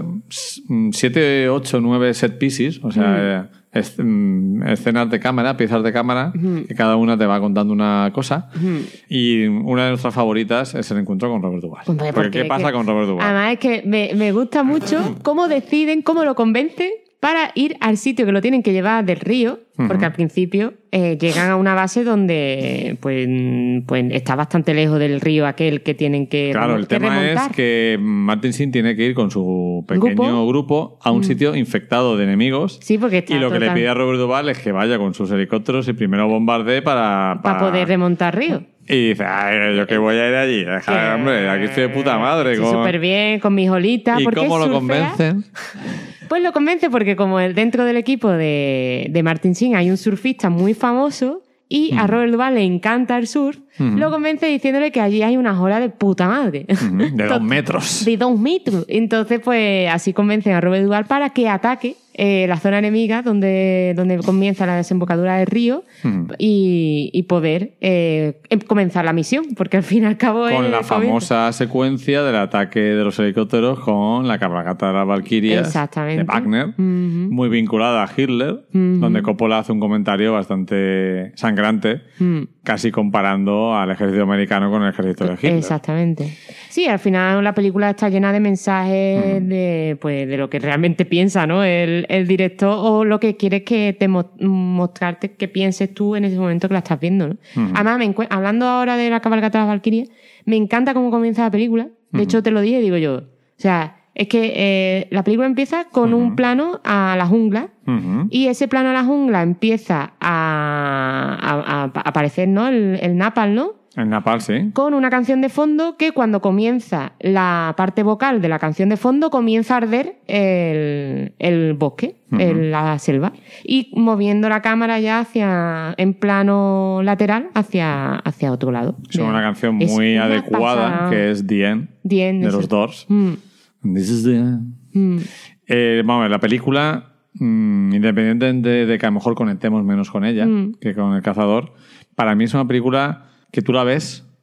Speaker 2: 7, 8, 9 set pieces, o sea, escenas de cámara, piezas de cámara, que cada una te va contando una cosa. Y una de nuestras favoritas es el encuentro con Robert Duvall.
Speaker 1: Hombre,
Speaker 2: Porque ¿qué pasa con Robert Duvall?
Speaker 1: Además es que me gusta mucho cómo deciden, cómo lo convencen para ir al sitio que lo tienen que llevar del río, porque al principio llegan a una base donde pues está bastante lejos del río aquel que tienen que
Speaker 2: Claro, el
Speaker 1: que
Speaker 2: tema
Speaker 1: remontar.
Speaker 2: es que Martin Sheen tiene que ir con su pequeño grupo a un sitio infectado de enemigos.
Speaker 1: Sí, porque está
Speaker 2: y lo que le
Speaker 1: total-
Speaker 2: pide a Robert Duvall es que vaya con sus helicópteros y primero bombardee para
Speaker 1: poder remontar río.
Speaker 2: Y dice, ay, yo que voy a ir allí. Déjame, hombre, aquí estoy de puta madre.
Speaker 1: Sí, súper bien, con mis olitas.
Speaker 2: ¿Y
Speaker 1: porque
Speaker 2: cómo
Speaker 1: es
Speaker 2: lo
Speaker 1: surfea.
Speaker 2: convencen?
Speaker 1: Pues lo convence porque como dentro del equipo de Martin Sheen hay un surfista muy famoso y a Robert Duvall le encanta el surf, lo convence diciéndole que allí hay unas olas de puta madre.
Speaker 2: De 2 metros.
Speaker 1: De 2 metros. Entonces, pues así convencen a Robert Duvall para que ataque la zona enemiga donde comienza la desembocadura del río y poder comenzar la misión, porque al fin y al cabo
Speaker 2: Con la
Speaker 1: comienza.
Speaker 2: famosa secuencia del ataque de los helicópteros con la cabalgata de las Valquirias
Speaker 1: Exactamente.
Speaker 2: de Wagner, muy vinculada a Hitler, donde Coppola hace un comentario bastante sangrante, casi comparando al ejército americano con el ejército de Hitler.
Speaker 1: Exactamente. Sí, al final la película está llena de mensajes de lo que realmente piensa, ¿no? El director o lo que quiere que te mostrarte que pienses tú en ese momento que la estás viendo, ¿no? Además, hablando ahora de la cabalgata de las Valquirias, me encanta cómo comienza la película. De hecho, te lo dije, digo yo. O sea, es que la película empieza con un plano a la jungla y ese plano a la jungla empieza a aparecer, ¿no? El napalm, ¿no?
Speaker 2: En Napalm, sí.
Speaker 1: Con una canción de fondo que cuando comienza la parte vocal de la canción de fondo comienza a arder el bosque, la selva, y moviendo la cámara ya en plano lateral hacia otro lado.
Speaker 2: Es una canción
Speaker 1: Es
Speaker 2: muy
Speaker 1: una
Speaker 2: adecuada,
Speaker 1: pasada.
Speaker 2: que es The End,
Speaker 1: The End,
Speaker 2: de
Speaker 1: eso.
Speaker 2: los Doors. This is the end. Vamos a ver, la película, independientemente de que a lo mejor conectemos menos con ella que con El Cazador, para mí es una película que tú la ves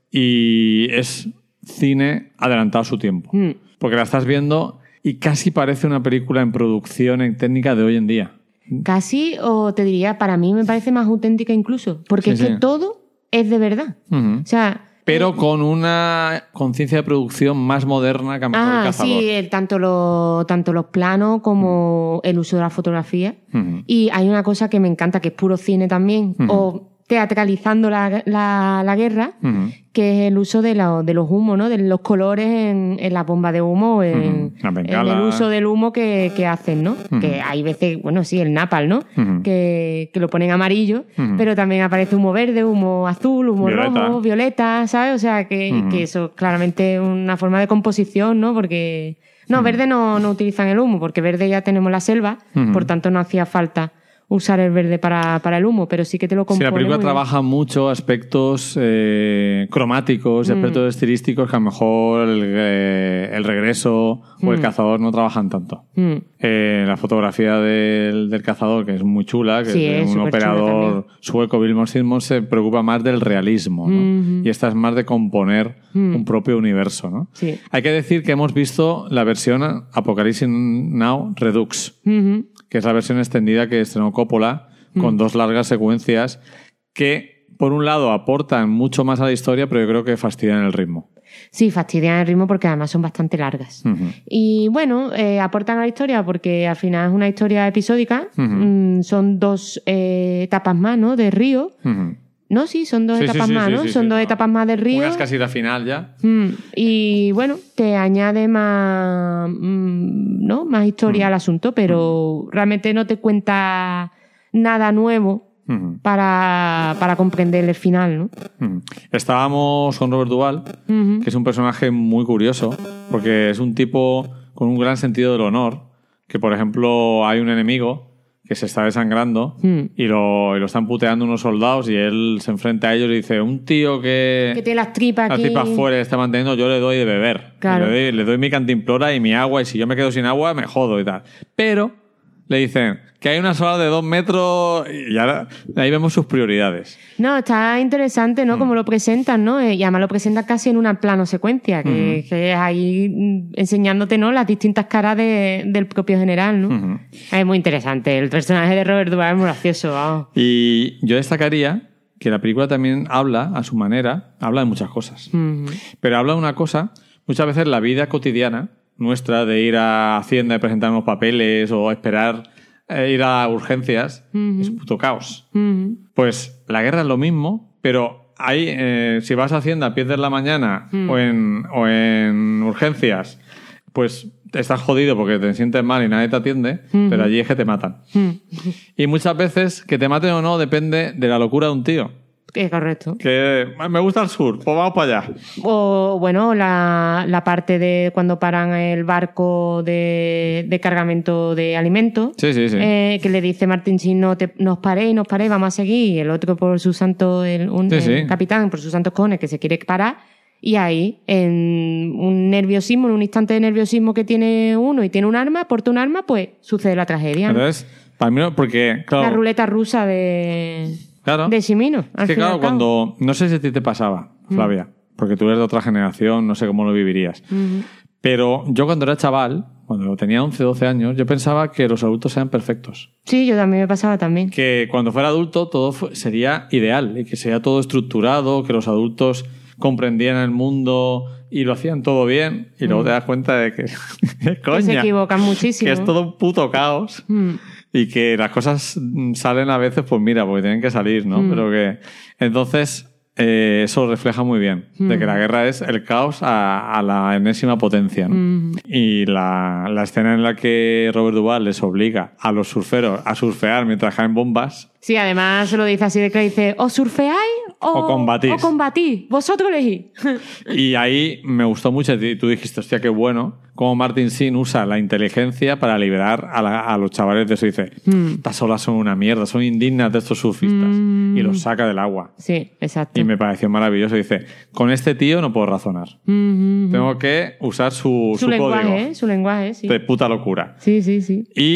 Speaker 2: y es cine adelantado a su tiempo. Porque la estás viendo y casi parece una película en producción, en técnica de hoy en día.
Speaker 1: Casi, o te diría, para mí me parece más auténtica incluso, porque es que todo es de verdad. O sea...
Speaker 2: Pero con una conciencia de producción más moderna que a lo mejor El Cazador.
Speaker 1: Sí, tanto los planos como el uso de la fotografía. Y hay una cosa que me encanta, que es puro cine también, o teatralizando la guerra, que es el uso de los humos, ¿no? De los colores en la bomba de humo, en el uso del humo que hacen, ¿no? Que hay veces, bueno, sí, el napalm, ¿no? Que lo ponen amarillo, pero también aparece humo verde, humo azul, humo rojo, violeta, ¿sabes? O sea, que eso claramente es una forma de composición, ¿no? Porque... No, verde no utilizan el humo, porque verde ya tenemos la selva, por tanto no hacía falta usar el verde para el humo, pero sí que te lo compone.
Speaker 2: Sí, la película trabaja mucho aspectos cromáticos, aspectos estilísticos que a lo mejor el Regreso o El Cazador no trabajan tanto. La fotografía del Cazador, que es muy chula, que es un operador sueco, Vilmos Sidmos, se preocupa más del realismo, ¿no? Y esta es más de componer un propio universo, ¿no?
Speaker 1: Sí.
Speaker 2: Hay que decir que hemos visto la versión Apocalypse Now Redux, que es la versión extendida que estrenó Coppola, con 2 largas secuencias que, por un lado, aportan mucho más a la historia, pero yo creo que fastidian el ritmo.
Speaker 1: Sí, fastidian el ritmo porque además son bastante largas. Y bueno, aportan a la historia porque al final es una historia episódica. Son 2 etapas más, ¿no? De Río. No, sí, son 2 etapas más, ¿no? Son 2 etapas más del río.
Speaker 2: Una es casi la final ya.
Speaker 1: Y bueno, te añade más, ¿no? Más historia al asunto, pero realmente no te cuenta nada nuevo para comprender el final, ¿no?
Speaker 2: Estábamos con Robert Duvall, que es un personaje muy curioso, porque es un tipo con un gran sentido del honor, que por ejemplo hay un enemigo que se está desangrando y lo están puteando unos soldados y él se enfrenta a ellos y dice, un tío que
Speaker 1: tiene las tripas aquí,
Speaker 2: las tripas fuera y está manteniendo, yo le doy de beber.
Speaker 1: Claro.
Speaker 2: Le doy mi cantimplora y mi agua, y si yo me quedo sin agua me jodo y tal. Pero le dicen que hay una sola de 2 metros y ahora ahí vemos sus prioridades.
Speaker 1: No, está interesante, ¿no? Como lo presentan, ¿no? Y además lo presentan casi en una plano secuencia, que es ahí enseñándote, ¿no? Las distintas caras del propio general, ¿no? Es muy interesante. El personaje de Robert Duvall es muy gracioso. Wow.
Speaker 2: Y yo destacaría que la película también habla, a su manera, habla de muchas cosas. Pero habla de una cosa, muchas veces la vida cotidiana nuestra de ir a Hacienda y presentar unos papeles o esperar ir a urgencias es puto caos. Pues la guerra es lo mismo, pero ahí si vas a Hacienda, pierdes la mañana o en urgencias, pues estás jodido porque te sientes mal y nadie te atiende, pero allí es que te matan. Y muchas veces que te maten o no depende de la locura de un tío.
Speaker 1: Es correcto.
Speaker 2: Que me gusta el sur, pues vamos para allá.
Speaker 1: O, bueno, la parte de cuando paran el barco de cargamento de alimentos.
Speaker 2: Sí.
Speaker 1: Que le dice Martin Sheen, no os paréis, vamos a seguir. Y el otro por su santo, el capitán, por sus santos cojones, que se quiere parar. Y ahí, en un nerviosismo, en un instante de nerviosismo que tiene uno y tiene un arma, porta un arma, pues sucede la tragedia, ¿no?
Speaker 2: Entonces, para mí no, porque, claro,
Speaker 1: la ruleta rusa de Cimino.
Speaker 2: Es que claro, cuando... No sé si a ti te pasaba, Flavia, porque tú eres de otra generación, no sé cómo lo vivirías. Pero yo cuando era chaval, cuando tenía 11, 12 años, yo pensaba que los adultos eran perfectos.
Speaker 1: Sí, yo también me pasaba también.
Speaker 2: Que cuando fuera adulto todo sería ideal y que sería todo estructurado, que los adultos comprendían el mundo y lo hacían todo bien, y luego te das cuenta de que coña,
Speaker 1: que se equivocan muchísimo,
Speaker 2: que es todo un puto caos y que las cosas salen a veces, pues mira, porque tienen que salir, ¿no? Pero que entonces eso refleja muy bien de que la guerra es el caos a la enésima potencia, ¿no? Y la escena en la que Robert Duvall les obliga a los surferos a surfear mientras caen bombas.
Speaker 1: Sí, además se lo dice así de que dice, o surfeáis o combatís. Vosotros elegís. Y
Speaker 2: ahí me gustó mucho, y tú dijiste, hostia, qué bueno, cómo Martin Sheen usa la inteligencia para liberar a los chavales de eso. Y dice, estas olas son una mierda, son indignas de estos surfistas. Y los saca del agua.
Speaker 1: Sí, exacto.
Speaker 2: Y me pareció maravilloso. Dice, con este tío no puedo razonar. Tengo que usar su
Speaker 1: lenguaje,
Speaker 2: código.
Speaker 1: Su lenguaje, sí.
Speaker 2: De puta locura.
Speaker 1: Sí.
Speaker 2: Y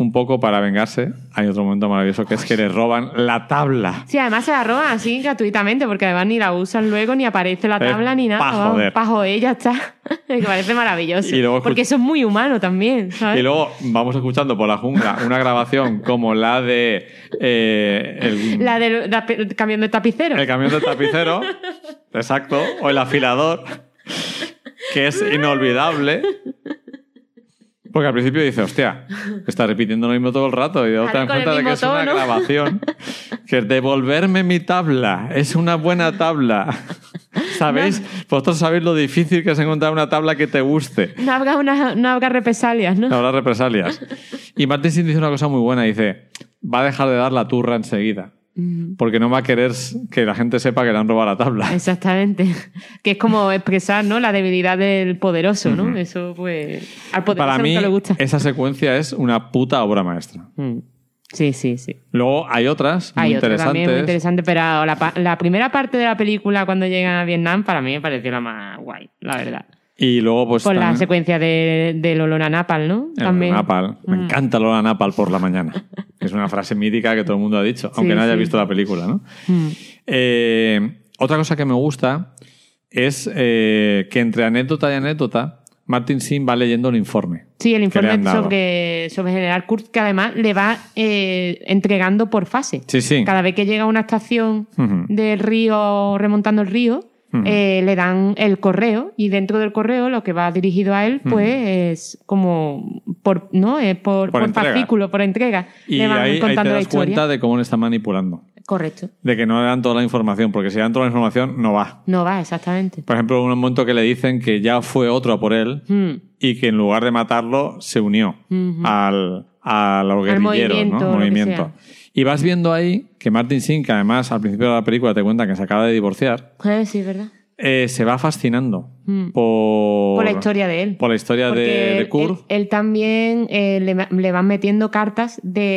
Speaker 2: un poco para vengarse, hay otro momento maravilloso que es que le roban la tabla.
Speaker 1: Sí, además se la roban así gratuitamente, porque además ni la usan luego, ni aparece la tabla, ni nada. Pa' joder, ya está. Me parece maravilloso. Porque eso es muy humano también, ¿sabes?
Speaker 2: Y luego vamos escuchando por la jungla una grabación como la de...
Speaker 1: la del camión de tapicero.
Speaker 2: El camión del tapicero, exacto, o el afilador, que es inolvidable. Porque al principio dice, hostia, está repitiendo lo mismo todo el rato y luego te das cuenta de que es una grabación. Que devolverme mi tabla, es una buena tabla. ¿Sabéis? No. Vosotros sabéis lo difícil que es encontrar una tabla que te guste.
Speaker 1: No habrá represalias, ¿no?
Speaker 2: No habrá represalias. Y Martin Sheen dice una cosa muy buena, dice, va a dejar de dar la turra enseguida. Porque no va a querer que la gente sepa que le han robado la tabla.
Speaker 1: Exactamente. Que es como expresar, ¿no?, la debilidad del poderoso, ¿no? Eso, pues, al poderoso
Speaker 2: para mí,
Speaker 1: nunca le gusta.
Speaker 2: Esa secuencia es una puta obra maestra.
Speaker 1: Sí, sí, sí.
Speaker 2: Luego hay otras muy interesantes.
Speaker 1: También muy interesante, pero la primera parte de la película cuando llegan a Vietnam para mí me pareció la más guay, la verdad.
Speaker 2: Y luego pues
Speaker 1: con la secuencia del olor a napal, ¿no?
Speaker 2: También. Napal. Me encanta el olor a napal por la mañana. Es una frase mítica que todo el mundo ha dicho, aunque no haya visto la película, ¿no? Otra cosa que me gusta es que entre anécdota y anécdota Martin Sheen va leyendo el informe.
Speaker 1: Sí, el informe sobre General Kurz, que además le va entregando por fase.
Speaker 2: Sí, sí.
Speaker 1: Cada vez que llega a una estación del río, remontando el río, le dan el correo, y dentro del correo lo que va dirigido a él pues es como por fascículo, por entrega.
Speaker 2: Y
Speaker 1: le van
Speaker 2: ahí
Speaker 1: contando
Speaker 2: te
Speaker 1: la
Speaker 2: das
Speaker 1: historia.
Speaker 2: cuenta de cómo le están manipulando.
Speaker 1: Correcto.
Speaker 2: De que no le dan toda la información, porque si le dan toda la información no va.
Speaker 1: No va, exactamente.
Speaker 2: Por ejemplo, en un momento que le dicen que ya fue otro a por él y que en lugar de matarlo se unió a los guerrilleros, ¿no? Movimiento. Y vas viendo ahí que Martin Sheen, que además al principio de la película te cuenta que se acaba de divorciar,
Speaker 1: sí, verdad.
Speaker 2: Se va fascinando por
Speaker 1: la historia de él.
Speaker 2: Por la historia de Kurz.
Speaker 1: Él también le van metiendo cartas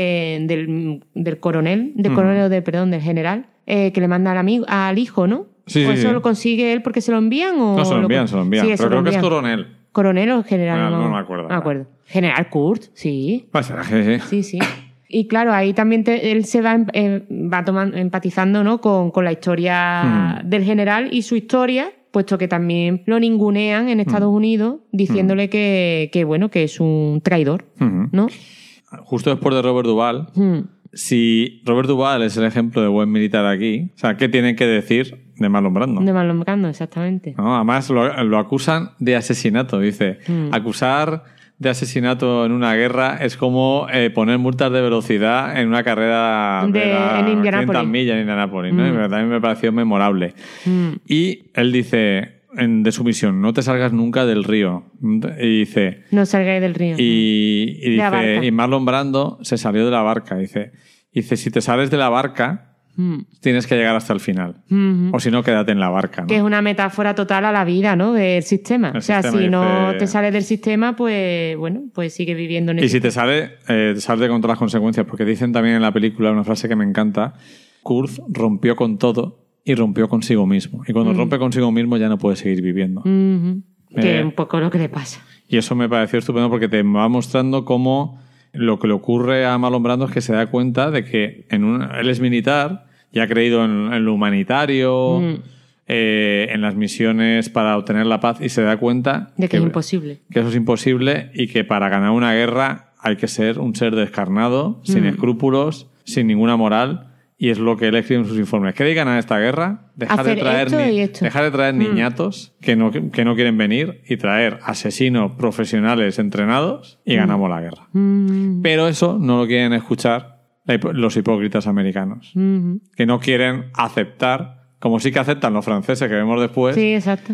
Speaker 1: del coronel, del general, que le manda al hijo, ¿no?
Speaker 2: Sí,
Speaker 1: ¿O eso lo consigue él porque se lo envían? ¿O
Speaker 2: no, se lo envían. Sí, pero creo que es coronel.
Speaker 1: ¿Coronel o general?
Speaker 2: No me acuerdo.
Speaker 1: No me acuerdo. General Kurz, sí. Sí. Y claro, ahí también él se va empatizando, ¿no?, con la historia del general y su historia, puesto que también lo ningunean en Estados Unidos diciéndole que es un traidor, ¿no?
Speaker 2: Justo después de Robert Duvall, si Robert Duvall es el ejemplo de buen militar aquí, o sea, ¿qué tienen que decir de Marlon Brando?
Speaker 1: De Marlon Brando, exactamente.
Speaker 2: No, además lo acusan de asesinato, dice. Acusar de asesinato en una guerra es como poner multas de velocidad en una carrera
Speaker 1: en
Speaker 2: 500 millas en Indianápolis, ¿no? Y también me pareció memorable. Y él dice de su misión, no te salgas nunca del río. Y dice...
Speaker 1: No salgáis del río.
Speaker 2: Y dice, y Marlon Brando se salió de la barca. Dice, si te sales de la barca, tienes que llegar hasta el final. O si no, quédate en la barca, ¿no?
Speaker 1: Que es una metáfora total a la vida, ¿no?, del sistema. Si no te sales del sistema, pues bueno, pues sigue viviendo en el sistema.
Speaker 2: Y si te sale, salte contra las consecuencias, porque dicen también en la película una frase que me encanta: Kurz rompió con todo y rompió consigo mismo. Y cuando rompe consigo mismo ya no puede seguir viviendo.
Speaker 1: Que es un poco lo que le pasa.
Speaker 2: Y eso me pareció estupendo porque te va mostrando cómo lo que le ocurre a Marlon Brando es que se da cuenta de que él es militar y ha creído en lo humanitario, en las misiones para obtener la paz, y se da cuenta
Speaker 1: de que es imposible.
Speaker 2: Que eso es imposible y que para ganar una guerra hay que ser un ser descarnado, sin escrúpulos, sin ninguna moral. Y es lo que él escribe en sus informes. ¿Queréis ganar esta guerra? Dejar de traer niñatos que no quieren venir y traer asesinos profesionales entrenados y ganamos la guerra. Pero eso no lo quieren escuchar los hipócritas americanos. Que no quieren aceptar, como sí que aceptan los franceses que vemos después,
Speaker 1: sí, exacto,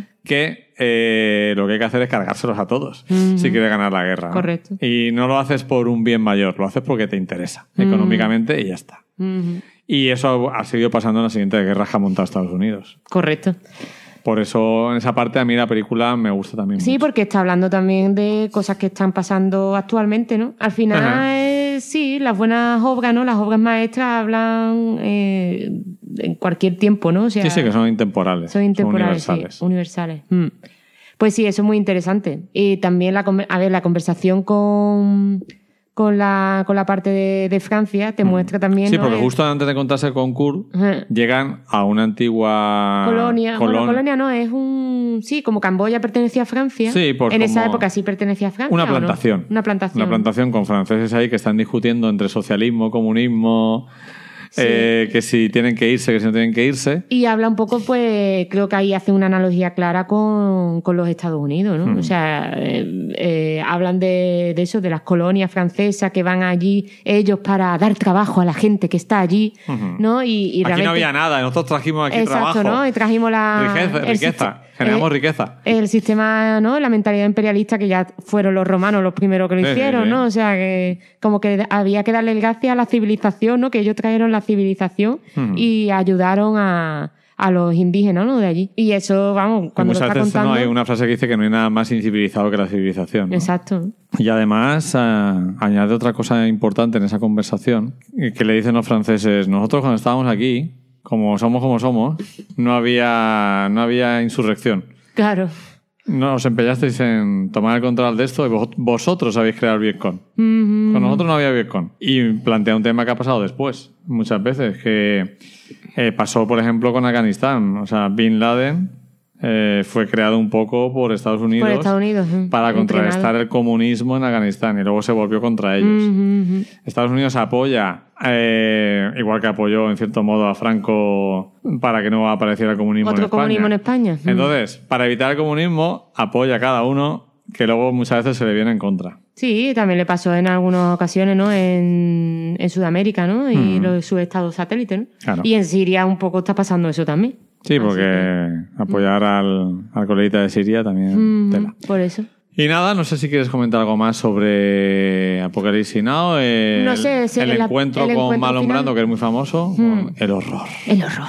Speaker 2: que lo que hay que hacer es cargárselos a todos si quieres ganar la guerra, ¿no?
Speaker 1: Correcto.
Speaker 2: Y no lo haces por un bien mayor, lo haces porque te interesa económicamente y ya está. Y eso ha seguido pasando en las siguientes guerras que ha montado Estados Unidos.
Speaker 1: Correcto.
Speaker 2: Por eso, en esa parte, a mí la película me gusta también mucho.
Speaker 1: Sí, porque está hablando también de cosas que están pasando actualmente, ¿no? Al final, sí, las buenas obras, ¿no? Las obras maestras hablan en cualquier tiempo, ¿no? O sea,
Speaker 2: sí, que son intemporales.
Speaker 1: Son universales. Sí, universales. Pues sí, eso es muy interesante. Y también la conversación con con la parte de Francia, te muestra también...
Speaker 2: Sí,
Speaker 1: ¿no?
Speaker 2: porque justo antes de contarse con Kurt, llegan a una antigua...
Speaker 1: Colonia. Bueno, colonia no, es un... Sí, como Camboya pertenecía a Francia.
Speaker 2: Sí, pues
Speaker 1: en esa época sí pertenecía a Francia.
Speaker 2: Una plantación.
Speaker 1: ¿No? Una plantación.
Speaker 2: Una plantación con franceses ahí que están discutiendo entre socialismo, comunismo... Sí. Que si tienen que irse, que si no tienen que irse.
Speaker 1: Y habla un poco, pues, creo que ahí hace una analogía clara con los Estados Unidos, ¿no? O sea, hablan de eso, de las colonias francesas que van allí ellos para dar trabajo a la gente que está allí, ¿no? Y
Speaker 2: aquí
Speaker 1: realmente...
Speaker 2: no había nada, nosotros trajimos aquí trabajo.
Speaker 1: Exacto, ¿no? Y trajimos la...
Speaker 2: Riqueza. Generamos riqueza.
Speaker 1: El sistema, ¿no? La mentalidad imperialista que ya fueron los romanos los primeros que lo hicieron, ¿no? O sea, que como que había que darle gracias a la civilización, ¿no? Que ellos trajeron la civilización y ayudaron a los indígenas, ¿no? De allí. Y eso, vamos, cuando lo está contando...
Speaker 2: No, hay una frase que dice que no hay nada más incivilizado que la civilización, ¿no?
Speaker 1: Exacto.
Speaker 2: Y además añade otra cosa importante en esa conversación, que le dicen los franceses, nosotros cuando estábamos aquí... como somos, no había insurrección.
Speaker 1: Claro.
Speaker 2: No os empeñasteis en tomar el control de esto y vosotros habéis creado el Vietcong. Con nosotros no había Vietcong. Y plantea un tema que ha pasado después, muchas veces, que pasó, por ejemplo, con Afganistán. O sea, Bin Laden fue creado un poco por Estados Unidos, para contrarrestar el comunismo en Afganistán y luego se volvió contra ellos. Estados Unidos apoya, igual que apoyó en cierto modo a Franco para que no apareciera el comunismo en España.
Speaker 1: Otro comunismo en España.
Speaker 2: Entonces, para evitar el comunismo, apoya a cada uno que luego muchas veces se le viene en contra.
Speaker 1: Sí, también le pasó en algunas ocasiones, ¿no? En Sudamérica, ¿no? Y sus estados satélites, ¿no?
Speaker 2: Claro.
Speaker 1: Y en Siria un poco está pasando eso también.
Speaker 2: Sí, porque apoyar al coleguita de Siria también tela.
Speaker 1: Por eso.
Speaker 2: Y nada, no sé si quieres comentar algo más sobre Apocalipsis Now,
Speaker 1: no sé,
Speaker 2: el encuentro con Marlon Brando, que es muy famoso, el horror.
Speaker 1: El horror.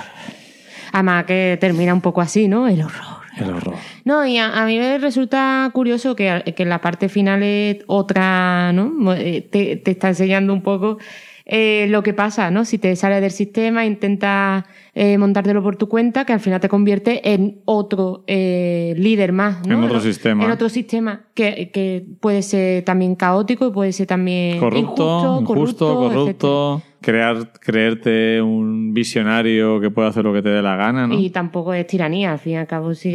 Speaker 1: Además que termina un poco así, ¿no? El horror.
Speaker 2: El horror.
Speaker 1: No, y a mí me resulta curioso que en la parte final es otra, ¿no? Te está enseñando un poco lo que pasa, ¿no? Si te sales del sistema, intentas montártelo por tu cuenta, que al final te convierte en otro líder más, ¿no?
Speaker 2: En otro sistema.
Speaker 1: En otro sistema que puede ser también caótico y puede ser también
Speaker 2: injusto, corrupto. Creerte un visionario que puede hacer lo que te dé la gana, ¿no?
Speaker 1: Y tampoco es tiranía, al fin y al cabo sí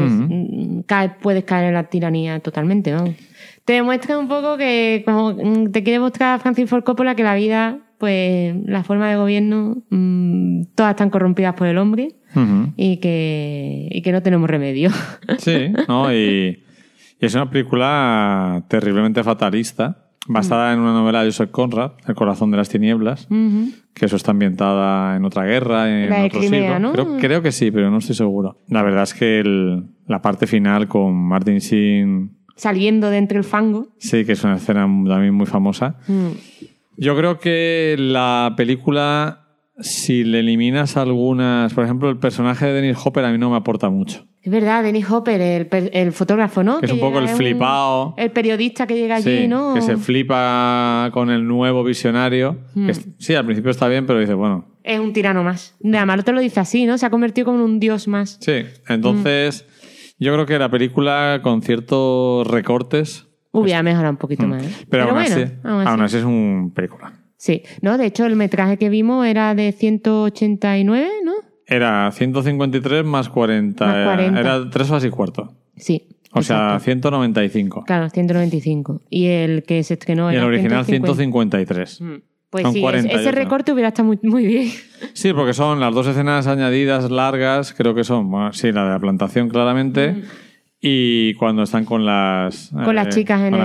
Speaker 1: puedes caer en la tiranía totalmente, ¿no? Te demuestra un poco que, como te quiere mostrar Francis Ford Coppola, que la vida, pues la forma de gobierno, todas están corrompidas por el hombre y que no tenemos remedio. Sí,
Speaker 2: ¿no? Y es una película terriblemente fatalista, basada en una novela de Joseph Conrad, El corazón de las tinieblas, que eso está ambientada en otra guerra, en
Speaker 1: la de
Speaker 2: otro
Speaker 1: Crimea,
Speaker 2: siglo.
Speaker 1: ¿no?
Speaker 2: Creo que sí, pero no estoy seguro. La verdad es que la parte final con Martin Sheen
Speaker 1: saliendo de entre el fango.
Speaker 2: Sí, que es una escena también muy famosa. Yo creo que la película, si le eliminas algunas... Por ejemplo, el personaje de Dennis Hopper a mí no me aporta mucho.
Speaker 1: Es verdad, Dennis Hopper, el fotógrafo, ¿no?
Speaker 2: Que es un poco el flipado.
Speaker 1: El periodista que llega allí,
Speaker 2: sí,
Speaker 1: ¿no?
Speaker 2: Que se flipa con el nuevo visionario. Sí, al principio está bien, pero dice, bueno...
Speaker 1: Es un tirano más. Además, te lo dice así, ¿no? Se ha convertido como en un dios más.
Speaker 2: Sí, entonces... Yo creo que la película, con ciertos recortes...
Speaker 1: Hubiera mejorado un poquito más.
Speaker 2: Pero aún así es un película.
Speaker 1: Sí. No, de hecho, el metraje que vimos era de 189, ¿no?
Speaker 2: Era 153 más 40. Era 3 horas y cuarto.
Speaker 1: Sí.
Speaker 2: O sea, 195.
Speaker 1: Claro, 195. Y el que se estrenó
Speaker 2: era... Y el original 153.
Speaker 1: Pues
Speaker 2: son
Speaker 1: sí,
Speaker 2: 40
Speaker 1: ese recorte hubiera estado muy, muy bien.
Speaker 2: Sí, porque son las dos escenas añadidas largas, creo que son, bueno, sí, la de la plantación claramente, y cuando están con las...
Speaker 1: Con las chicas en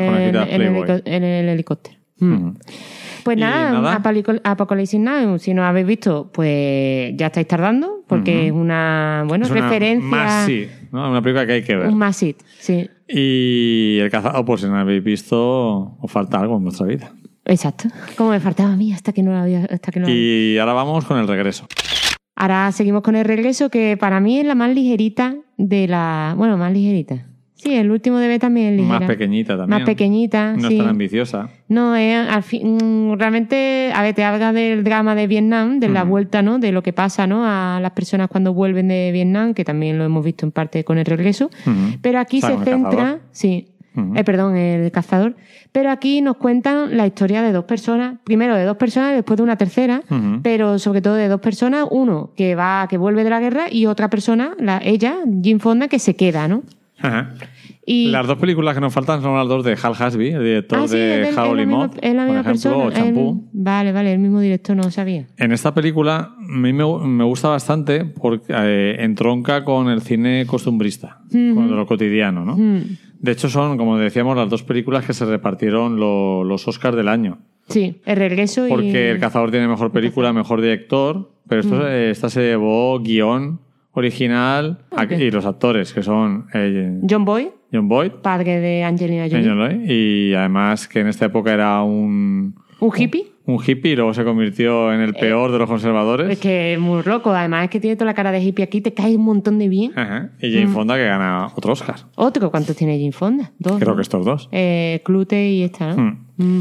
Speaker 1: el helicóptero. Pues nada, Apocalipsis Now, si no habéis visto, pues ya estáis tardando, porque es una referencia...
Speaker 2: Must-see, ¿no? Una película que hay que ver.
Speaker 1: Un must-see, sí.
Speaker 2: Y El cazado, pues si no habéis visto, os falta algo en vuestra vida.
Speaker 1: Exacto. Como me faltaba a mí hasta que no lo había.
Speaker 2: Y ahora vamos con El regreso.
Speaker 1: Ahora seguimos con El regreso, que para mí es la más ligerita de la... Bueno, más ligerita. Sí, el último de B también es ligera.
Speaker 2: Más pequeñita también.
Speaker 1: Más pequeñita,
Speaker 2: no
Speaker 1: sí.
Speaker 2: es tan ambiciosa.
Speaker 1: No, realmente, a ver, te habla del drama de Vietnam, de la vuelta, ¿no? De lo que pasa, ¿no? A las personas cuando vuelven de Vietnam, que también lo hemos visto en parte con El regreso. Pero aquí se centra... Sí. perdón, el cazador. Pero aquí nos cuentan la historia de dos personas, primero de dos personas y después de una tercera, pero sobre todo de dos personas, uno que vuelve de la guerra y otra persona, ella, Jane Fonda, que se queda, ¿no?
Speaker 2: Ajá. Y las dos películas que nos faltan son las dos de Hal Ashby, el director de Howlin' Moth,
Speaker 1: es la misma persona,
Speaker 2: o Champú.
Speaker 1: Vale, el mismo director, no lo sabía.
Speaker 2: En esta película a mí me gusta bastante porque entronca con el cine costumbrista, con lo cotidiano, ¿no? De hecho son, como decíamos, las dos películas que se repartieron los Oscars del año.
Speaker 1: Sí, El regreso
Speaker 2: porque El cazador tiene mejor película, mejor director, pero esta se llevó guión original y los actores, que son
Speaker 1: John Boyd, padre de Angelina Jolie.
Speaker 2: Y además que en esta época era un
Speaker 1: hippie.
Speaker 2: Un hippie y luego se convirtió en el peor de los conservadores.
Speaker 1: Es que es muy loco. Además es que tiene toda la cara de hippie aquí. Te cae un montón de bien.
Speaker 2: Ajá. Y Jane Fonda que gana otro Oscar.
Speaker 1: ¿Otro? ¿Cuántos tiene Jane Fonda? Dos.
Speaker 2: Creo que estos dos.
Speaker 1: Clute y esta, ¿no?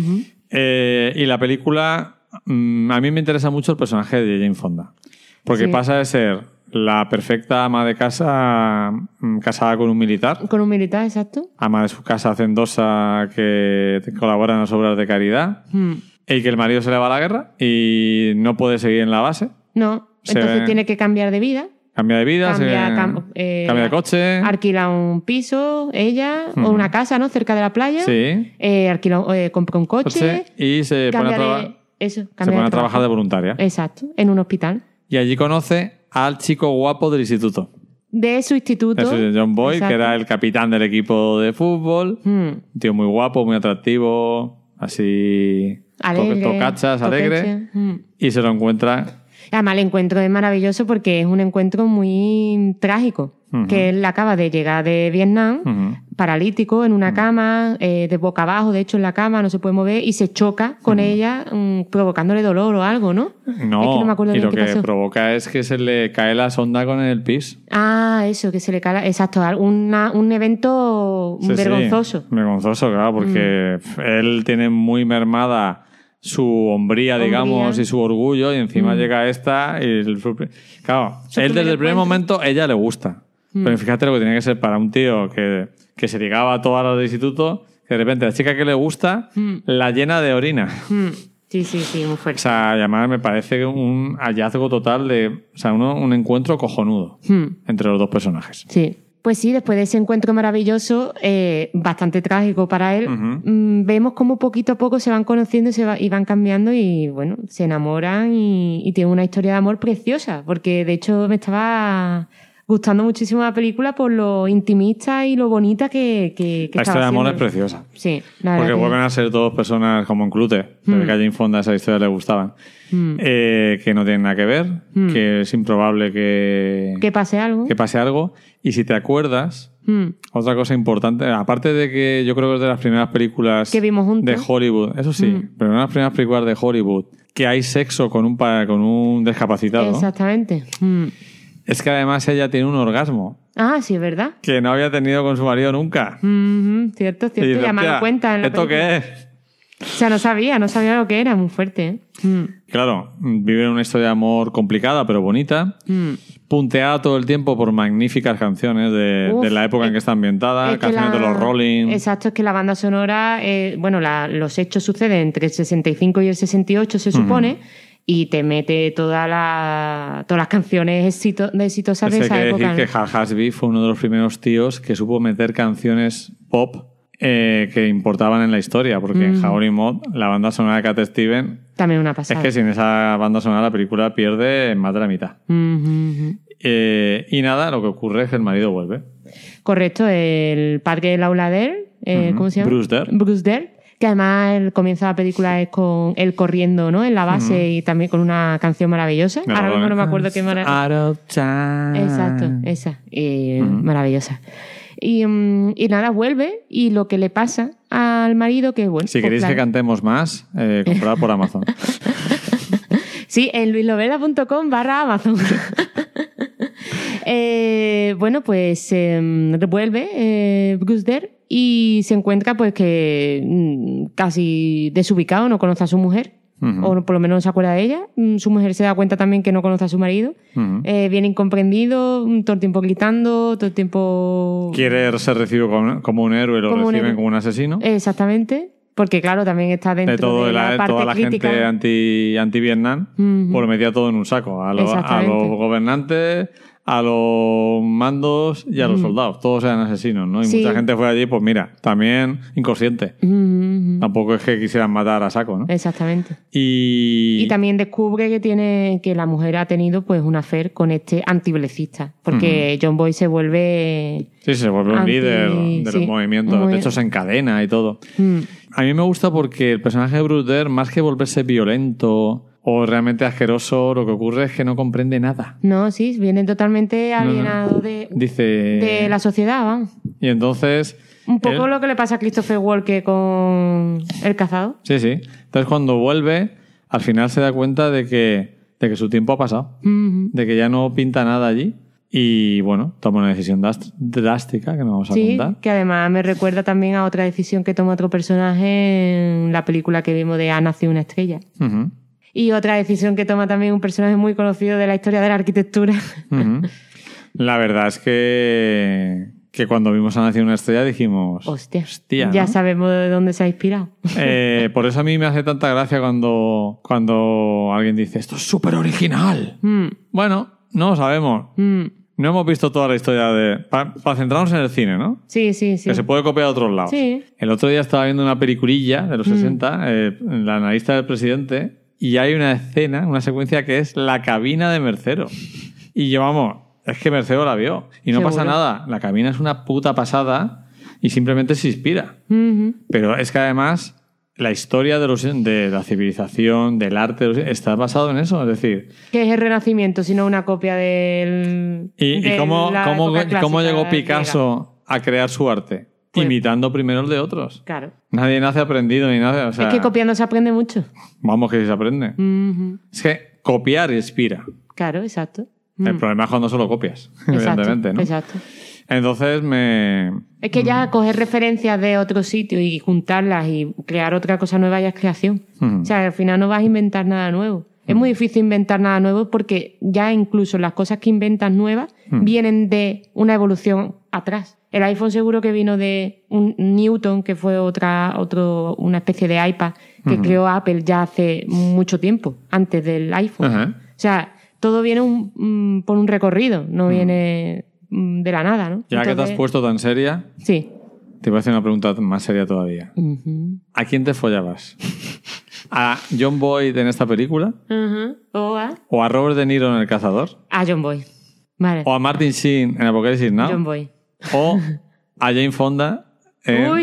Speaker 2: Y la película... a mí me interesa mucho el personaje de Jane Fonda. Porque pasa de ser la perfecta ama de casa casada con un militar.
Speaker 1: Con un militar, exacto.
Speaker 2: Ama de su casa hacendosa que colabora en las obras de caridad. Y que el marido se le va a la guerra y no puede seguir en la base.
Speaker 1: No, entonces tiene que cambiar de vida.
Speaker 2: Cambia de vida, cambia de coche.
Speaker 1: Alquila un piso, ella, o una casa, ¿no? Cerca de la playa.
Speaker 2: Sí.
Speaker 1: Compra un coche.
Speaker 2: Y se pone a trabajar de voluntaria.
Speaker 1: Exacto, en un hospital.
Speaker 2: Y allí conoce al chico guapo del instituto.
Speaker 1: De su instituto.
Speaker 2: De John Boyd, exacto, que era el capitán del equipo de fútbol. Un tío muy guapo, muy atractivo, así...
Speaker 1: Alegre,
Speaker 2: tocachas, alegre. Y se lo encuentra...
Speaker 1: Además, el encuentro es maravilloso porque es un encuentro muy trágico. Que él acaba de llegar de Vietnam, paralítico, en una cama, de boca abajo, de hecho en la cama, no se puede mover, y se choca con ella, provocándole dolor o algo, ¿no?
Speaker 2: No,
Speaker 1: es que no me acuerdo
Speaker 2: y
Speaker 1: bien
Speaker 2: lo
Speaker 1: qué
Speaker 2: que
Speaker 1: pasó.
Speaker 2: provoca es que se le cae la sonda con el pis.
Speaker 1: Ah, eso, que se le cae, exacto, un evento vergonzoso.
Speaker 2: Sí, vergonzoso, claro, porque él tiene muy mermada su hombría, digamos, y su orgullo, y encima llega esta y claro, él desde el primer momento ella le gusta. Pero fíjate lo que tiene que ser para un tío que se ligaba a todas las del instituto, que de repente la chica que le gusta la llena de orina.
Speaker 1: Sí, muy fuerte.
Speaker 2: O sea, además me parece un hallazgo total un encuentro cojonudo entre los dos personajes.
Speaker 1: Sí. Pues sí, después de ese encuentro maravilloso, bastante trágico para él, vemos cómo poquito a poco se van conociendo y van cambiando y, bueno, se enamoran y tienen una historia de amor preciosa, porque de hecho me estaba gustando muchísimo la película por lo intimista y lo bonita que
Speaker 2: la historia de amor es preciosa.
Speaker 1: Sí,
Speaker 2: la verdad. Porque vuelven a ser dos personas como en Clute, que a Jane Fonda esa historia le gustaban, que no tienen nada que ver, que es improbable que pase algo. Y si te acuerdas, otra cosa importante, aparte de que yo creo que es de las primeras películas
Speaker 1: que vimos juntos
Speaker 2: de Hollywood, eso sí, pero una de las primeras películas de Hollywood que hay sexo con un discapacitado.
Speaker 1: Exactamente.
Speaker 2: Es que además ella tiene un orgasmo.
Speaker 1: Ah, sí, es verdad.
Speaker 2: Que no había tenido con su marido nunca.
Speaker 1: Cierto. Y ya me lo cuenta en la
Speaker 2: ¿esto
Speaker 1: película.
Speaker 2: qué es?
Speaker 1: O sea, no sabía lo que era, muy fuerte.
Speaker 2: Claro, viven una historia de amor complicada, pero bonita. Punteada todo el tiempo por magníficas canciones de la época en que está ambientada, canciones de los Rolling.
Speaker 1: Exacto, es que la banda sonora, los hechos suceden entre el 65 y el 68, se supone, y te mete todas las canciones exitosas de esa época.
Speaker 2: Hay que decir que Hal Ashby fue uno de los primeros tíos que supo meter canciones pop que importaban en la historia, porque en Howlin' Moth la banda sonora de Cat Stevens
Speaker 1: también una pasada.
Speaker 2: Es que sin esa banda sonora la película pierde más de la mitad. Y nada, lo que ocurre es que el marido vuelve.
Speaker 1: Correcto, el padre de Laura Dern, ¿cómo se llama? Bruce Dern, que además el comienzo de la película es con él corriendo, ¿no? En la base y también con una canción maravillosa. Ahora mismo no me acuerdo qué maravillosa.
Speaker 2: Out of time.
Speaker 1: Exacto, esa. Maravillosa. Y nada, vuelve y lo que le pasa al marido que bueno...
Speaker 2: Si queréis que cantemos más, comprad por Amazon.
Speaker 1: Sí, en luislovela.com/Amazon. Pues vuelve Bruce Dern y se encuentra pues que casi desubicado, no conoce a su mujer. o por lo menos no se acuerda de ella. Su mujer se da cuenta también que no conoce a su marido. Viene incomprendido, todo el tiempo gritando, todo el tiempo...
Speaker 2: Quiere ser recibido como un héroe, lo reciben como un asesino.
Speaker 1: Exactamente. Porque, claro, también está dentro de la parte
Speaker 2: toda la
Speaker 1: crítica.
Speaker 2: Gente anti-Vietnam, pues lo metía todo en un saco. A los gobernantes, a los mandos y a los soldados. Todos eran asesinos, ¿no? Y mucha gente fue allí, pues mira, también inconsciente. Tampoco es que quisieran matar a saco, ¿no?
Speaker 1: Exactamente.
Speaker 2: Y
Speaker 1: también descubre que la mujer ha tenido pues un affair con este antibelicista. Porque John Boy se vuelve...
Speaker 2: Sí, se vuelve un líder de los movimientos. De hecho, se encadena y todo. A mí me gusta porque el personaje de Bruce Dern, más que volverse violento o realmente asqueroso, lo que ocurre es que no comprende nada.
Speaker 1: No, sí, viene totalmente alienado de la sociedad, vamos.
Speaker 2: Y entonces...
Speaker 1: Un poco lo que le pasa a Christopher Walken con El Cazador.
Speaker 2: Sí, sí. Entonces cuando vuelve, al final se da cuenta de que su tiempo ha pasado. De que ya no pinta nada allí. Y bueno, toma una decisión drástica que no vamos a contar.
Speaker 1: Sí, que además me recuerda también a otra decisión que toma otro personaje en la película que vimos de Ha nacido una estrella. Y otra decisión que toma también un personaje muy conocido de la historia de la arquitectura.
Speaker 2: La verdad es que cuando vimos Ha nacido una estrella dijimos... Hostia,
Speaker 1: ya
Speaker 2: ¿no?
Speaker 1: Sabemos de dónde se ha inspirado.
Speaker 2: Por eso a mí me hace tanta gracia cuando alguien dice esto es súper original. Bueno, no lo sabemos. No hemos visto toda la historia para centrarnos en el cine, ¿no?
Speaker 1: Sí.
Speaker 2: Que se puede copiar a otros lados.
Speaker 1: Sí.
Speaker 2: El otro día estaba viendo una peliculilla de los 60, La analista del presidente, y hay una escena, una secuencia que es la cabina de Mercero. Y yo, vamos, es que Mercero la vio. Y no
Speaker 1: ¿Seguro?
Speaker 2: pasa nada. La cabina es una puta pasada y simplemente se inspira. Pero es que además... La historia de la civilización, del arte, está basado en eso. Es decir...
Speaker 1: ¿Qué es el Renacimiento, sino una copia del...
Speaker 2: ¿Y cómo llegó Picasso a crear su arte? Pues, imitando primero el de otros.
Speaker 1: Claro.
Speaker 2: Nadie nace aprendido ni nada. O sea,
Speaker 1: es que copiando se aprende mucho.
Speaker 2: Vamos, que sí se aprende. Es que copiar inspira.
Speaker 1: Claro, exacto.
Speaker 2: El problema es cuando solo copias, evidentemente, ¿no?
Speaker 1: Exacto.
Speaker 2: Entonces
Speaker 1: Es que ya coger referencias de otro sitio y juntarlas y crear otra cosa nueva ya es creación. O sea, al final no vas a inventar nada nuevo. Es muy difícil inventar nada nuevo porque ya incluso las cosas que inventas nuevas vienen de una evolución atrás. El iPhone seguro que vino de un Newton, que fue una especie de iPad que creó Apple ya hace mucho tiempo, antes del iPhone. O sea, todo viene por un recorrido, no viene... de la nada, ¿no?
Speaker 2: Ya que te has puesto tan seria,
Speaker 1: sí,
Speaker 2: te voy a hacer una pregunta más seria todavía. ¿A quién te follabas? ¿A John Boyd en esta película? ¿O a Robert De Niro en El Cazador?
Speaker 1: A John Boyd. Vale.
Speaker 2: ¿O a Martin Sheen en Apocalipsis Now?
Speaker 1: John Boyd.
Speaker 2: ¿O a Jane Fonda en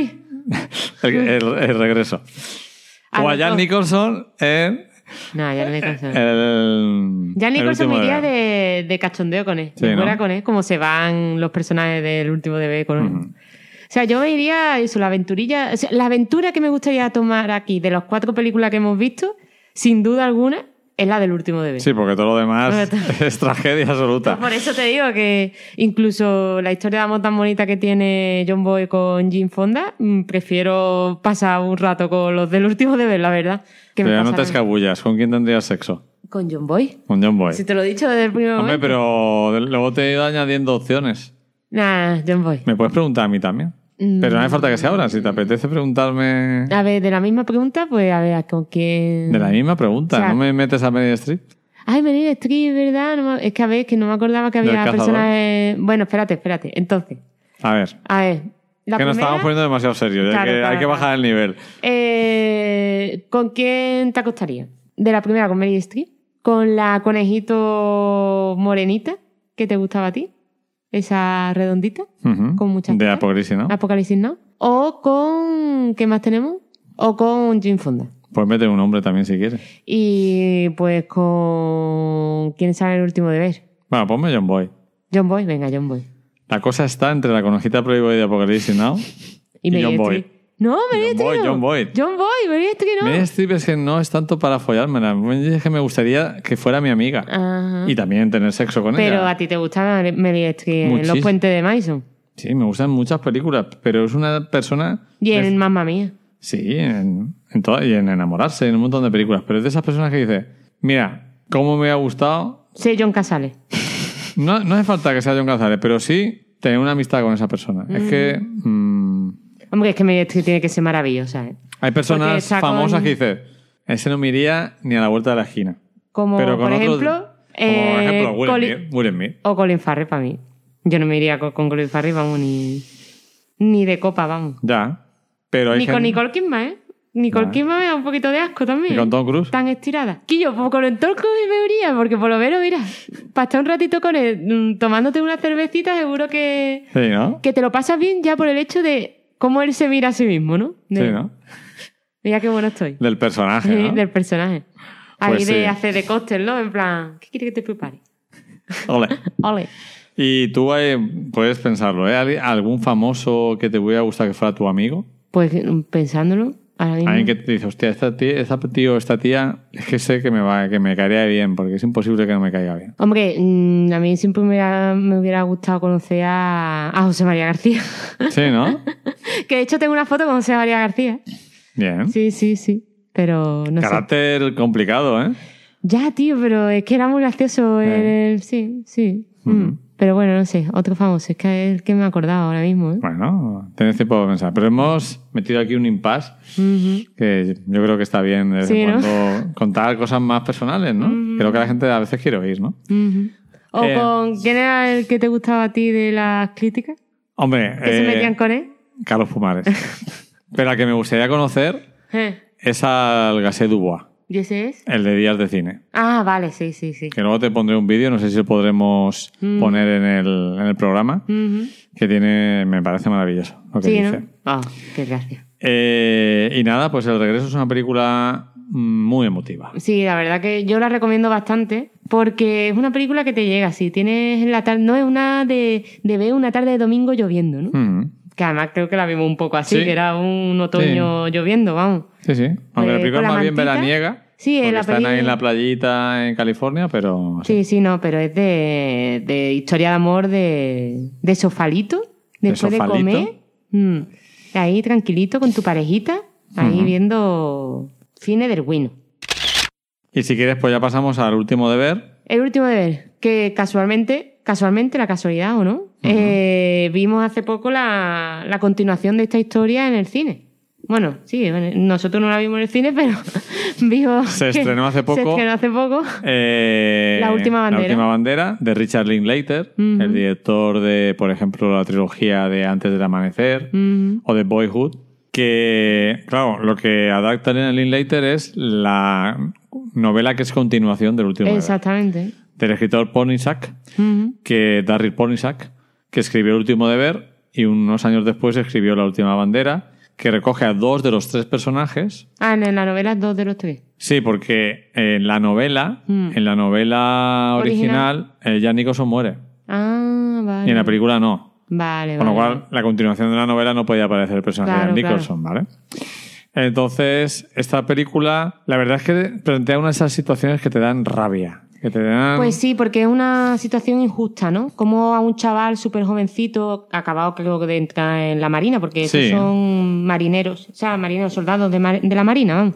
Speaker 2: el Regreso? ¿O a Jack Nicholson en...
Speaker 1: No, Jack Nicholson.
Speaker 2: Jack
Speaker 1: Nicholson me iría de cachondeo con él.
Speaker 2: Sí,
Speaker 1: me fuera
Speaker 2: ¿no?
Speaker 1: con él, como se van los personajes del último bebé con él. O sea, yo me iría eso, la aventurilla. O sea, la aventura que me gustaría tomar aquí de las 4 películas que hemos visto, sin duda alguna, es la del último bebé.
Speaker 2: Sí, porque todo lo demás es tragedia absoluta.
Speaker 1: Por eso te digo que incluso la historia de amor tan bonita que tiene John Boyd con Jane Fonda, prefiero pasar un rato con los del último bebé, la verdad.
Speaker 2: Pero ya no te escabullas. ¿Con quién tendrías sexo?
Speaker 1: Con John Boyd.
Speaker 2: Con John Boyd.
Speaker 1: Si te lo he dicho desde el primer momento.
Speaker 2: Hombre, pero luego te he ido añadiendo opciones.
Speaker 1: Nah, John Boyd.
Speaker 2: Me puedes preguntar a mí también. Pero no hace falta que sea ahora. Si te apetece preguntarme...
Speaker 1: A ver, de la misma pregunta, pues a ver, ¿con quién...?
Speaker 2: De la misma pregunta. O sea, ¿no me metes a Meryl Streep?
Speaker 1: Ay, Meryl Streep, ¿verdad? Es que a ver, que no me acordaba que había personajes... Bueno, espérate. Entonces.
Speaker 2: A ver.
Speaker 1: La
Speaker 2: que nos estamos poniendo demasiado serios. Claro, hay que bajar el nivel.
Speaker 1: ¿Con quién te acostarías? De la primera, con Meryl Streep. ¿Con la conejito morenita que te gustaba a ti? Esa redondita. Con muchas
Speaker 2: de Apocalipsis, ¿no?
Speaker 1: Apocalipsis, ¿no? O con... ¿Qué más tenemos? O con Jane Fonda.
Speaker 2: Pues mete un nombre también si quieres.
Speaker 1: Y pues con... ¿Quién sabe el último deber?
Speaker 2: Bueno, ponme John Boyd.
Speaker 1: John Boyd, venga, John Boyd.
Speaker 2: La cosa está entre la conejita Playboy de Apocalipsis Now y John Boyd.
Speaker 1: No, Meryl Streep.
Speaker 2: John Boyd,
Speaker 1: Meryl Streep no.
Speaker 2: Meryl Streep es que no es tanto para follármela. Es que me gustaría que fuera mi amiga.
Speaker 1: Ajá.
Speaker 2: Y también tener sexo con ella.
Speaker 1: Pero a ti te gusta Meryl Streep en Los Puentes de Madison.
Speaker 2: Sí, me gustan muchas películas, pero es una persona...
Speaker 1: Y en Mamma Mía.
Speaker 2: Sí, y en enamorarse, en un montón de películas. Pero es de esas personas que dice, mira, cómo me ha gustado...
Speaker 1: Sí, John Casale.
Speaker 2: No hace falta que sea John Casale, pero sí tener una amistad con esa persona. Es que...
Speaker 1: Hombre, es que tiene que ser maravillosa, ¿eh?
Speaker 2: Hay personas famosas que dicen, ese no me iría ni a la vuelta de la esquina.
Speaker 1: Como,
Speaker 2: pero con
Speaker 1: por
Speaker 2: otros,
Speaker 1: ejemplo...
Speaker 2: como por ejemplo, Will Smith.
Speaker 1: O Colin Farrell para mí. Yo no me iría con Colin Farrell, vamos, ni de copa, vamos.
Speaker 2: Ya, pero hay
Speaker 1: ni con Nicole Kidman, ¿eh? Nicole Kidman me da un poquito de asco también.
Speaker 2: ¿Y con Tom Cruise?
Speaker 1: Tan estirada. Que yo, pues, con el Tom Cruise me iría, porque por lo menos, mira, para estar un ratito con él, tomándote una cervecita, seguro que...
Speaker 2: Sí, ¿no?
Speaker 1: Que te lo pasas bien ya por el hecho de cómo él se mira a sí mismo, ¿no?
Speaker 2: Sí, ¿no?
Speaker 1: Mira qué bueno estoy.
Speaker 2: Del personaje, ¿no?
Speaker 1: Del personaje. Ahí
Speaker 2: Pues
Speaker 1: de
Speaker 2: sí.
Speaker 1: hacer de cóctel, ¿no? En plan, ¿qué quiere que te prepare?
Speaker 2: Ole.
Speaker 1: Ole.
Speaker 2: Y tú puedes pensarlo, ¿eh? ¿Algún famoso que te hubiera gustado que fuera tu amigo?
Speaker 1: Pues pensándolo, ahora mismo...
Speaker 2: Alguien que te dice, hostia, esta tía, es que sé que me caería bien, porque es imposible que no me caiga bien.
Speaker 1: Hombre, a mí siempre me hubiera gustado conocer a José María García.
Speaker 2: Sí, ¿no?
Speaker 1: Que de hecho tengo una foto con José María García.
Speaker 2: Bien.
Speaker 1: Sí. Pero no sé.
Speaker 2: Carácter complicado, ¿eh?
Speaker 1: Ya, tío, pero es que era muy gracioso. Sí. Pero bueno, no sé, otro famoso. Es que es el que me he acordado ahora mismo, ¿eh?
Speaker 2: Bueno, tienes tiempo de pensar. Pero hemos metido aquí un impasse que yo creo que está bien de vez en cuando contar cosas más personales, ¿no? Creo que la gente a veces quiere oír, ¿no?
Speaker 1: ¿O con quién era el que te gustaba a ti de las críticas?
Speaker 2: Hombre,
Speaker 1: ¿Que se metían con él?
Speaker 2: Carlos Pumares. Pero al que me gustaría conocer es al Gasset Dubois.
Speaker 1: ¿Y ese es?
Speaker 2: El de Días de Cine.
Speaker 1: Ah, vale, sí.
Speaker 2: Que luego te pondré un vídeo, no sé si lo podremos poner en el programa, que me parece maravilloso lo que dice.
Speaker 1: ¿No? Qué gracia.
Speaker 2: Y nada, pues El Regreso es una película muy emotiva.
Speaker 1: Sí, la verdad que yo la recomiendo bastante porque es una película que te llega. Si tienes en la tarde, no es una de ver una tarde de domingo lloviendo, ¿no? Que además creo que la vimos un poco así, que era un otoño lloviendo, vamos.
Speaker 2: Sí. Aunque la película es más bien veraniega.
Speaker 1: Sí,
Speaker 2: porque están ahí en la playita en California, pero...
Speaker 1: Sí, no, pero es de historia de amor de sofalito, después de comer. Ahí tranquilito con tu parejita, ahí viendo cine del bueno.
Speaker 2: Y si quieres, pues ya pasamos al último deber.
Speaker 1: El último deber, que casualmente, la casualidad o no, vimos hace poco la continuación de esta historia en el cine. Bueno, sí, nosotros no la vimos en el cine, pero vimos...
Speaker 2: Se estrenó hace poco.
Speaker 1: La última bandera.
Speaker 2: La última bandera, de Richard Linklater, el director de, por ejemplo, la trilogía de Antes del Amanecer o de Boyhood, que, claro, lo que adapta en Linklater es la novela que es continuación del último deber.
Speaker 1: Exactamente.
Speaker 2: Del escritor Pornisak, Darryl Pornisak, que escribió El último deber y unos años después escribió La última bandera, que recoge a 2 de los 3 personajes.
Speaker 1: Ah, en la novela 2 de los 3.
Speaker 2: Sí, porque en la novela original, Jack Nicholson muere.
Speaker 1: Ah, vale.
Speaker 2: Y en la película no.
Speaker 1: Vale.
Speaker 2: Con lo cual, la continuación de la novela no podía aparecer el personaje de Jack Nicholson, ¿vale? Entonces, esta película, la verdad es que plantea una de esas situaciones que te dan rabia. Que te dan...
Speaker 1: Pues sí, porque es una situación injusta, ¿no? Como a un chaval súper jovencito, acabado creo que de entrar en la Marina, porque esos son marineros, o sea, marineros, soldados de la Marina, vamos.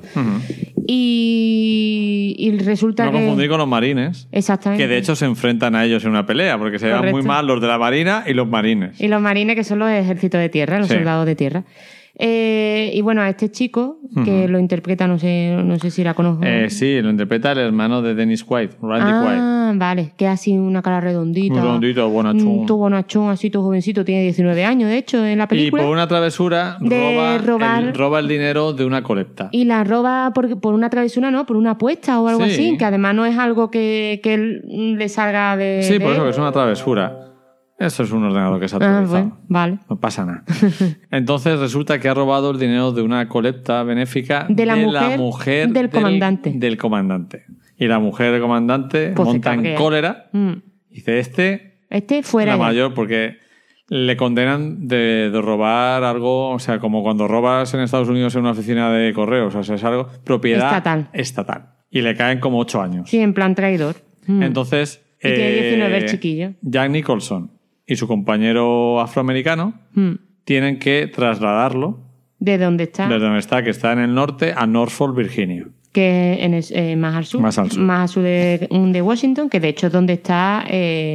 Speaker 1: Y resulta que...
Speaker 2: No confundir con los marines.
Speaker 1: Exactamente.
Speaker 2: Que de hecho se enfrentan a ellos en una pelea, porque se llevan muy mal los de la Marina y los marines.
Speaker 1: Y los marines, que son los ejércitos de tierra, los soldados de tierra. Y bueno, a este chico, que lo interpreta, no sé si la conozco.
Speaker 2: Sí, lo interpreta el hermano de Dennis Quaid, Randy Quaid.
Speaker 1: Ah, vale, que así una cara redondita.
Speaker 2: Muy redondito, bonachón.
Speaker 1: Todo bonachón, así todo jovencito, tiene 19 años, de hecho, en la película.
Speaker 2: Y por una travesura roba el dinero de una colecta.
Speaker 1: Y la roba por una travesura, no, por una apuesta o algo así, que además no es algo que él le salga de...
Speaker 2: Sí, por eso que es una travesura. Eso es un ordenador que se ha actualizado.
Speaker 1: Bueno, vale.
Speaker 2: No pasa nada. Entonces resulta que ha robado el dinero de una colecta benéfica
Speaker 1: de la mujer del comandante.
Speaker 2: Del comandante. Y la mujer del comandante
Speaker 1: pues
Speaker 2: monta en cólera. Dice, este
Speaker 1: fuera
Speaker 2: la
Speaker 1: ya.
Speaker 2: mayor, porque le condenan de robar algo, o sea, como cuando robas en Estados Unidos en una oficina de correos, o sea, es algo propiedad estatal. Y le caen como 8 años.
Speaker 1: Sí, en plan traidor.
Speaker 2: Entonces...
Speaker 1: Y tiene 19 el chiquillo.
Speaker 2: Jack Nicholson y su compañero afroamericano tienen que trasladarlo
Speaker 1: ¿De dónde está?
Speaker 2: De donde está, que está en el norte, a Norfolk, Virginia.
Speaker 1: Que más al sur.
Speaker 2: Más al sur.
Speaker 1: Más al sur de Washington, que de hecho es donde está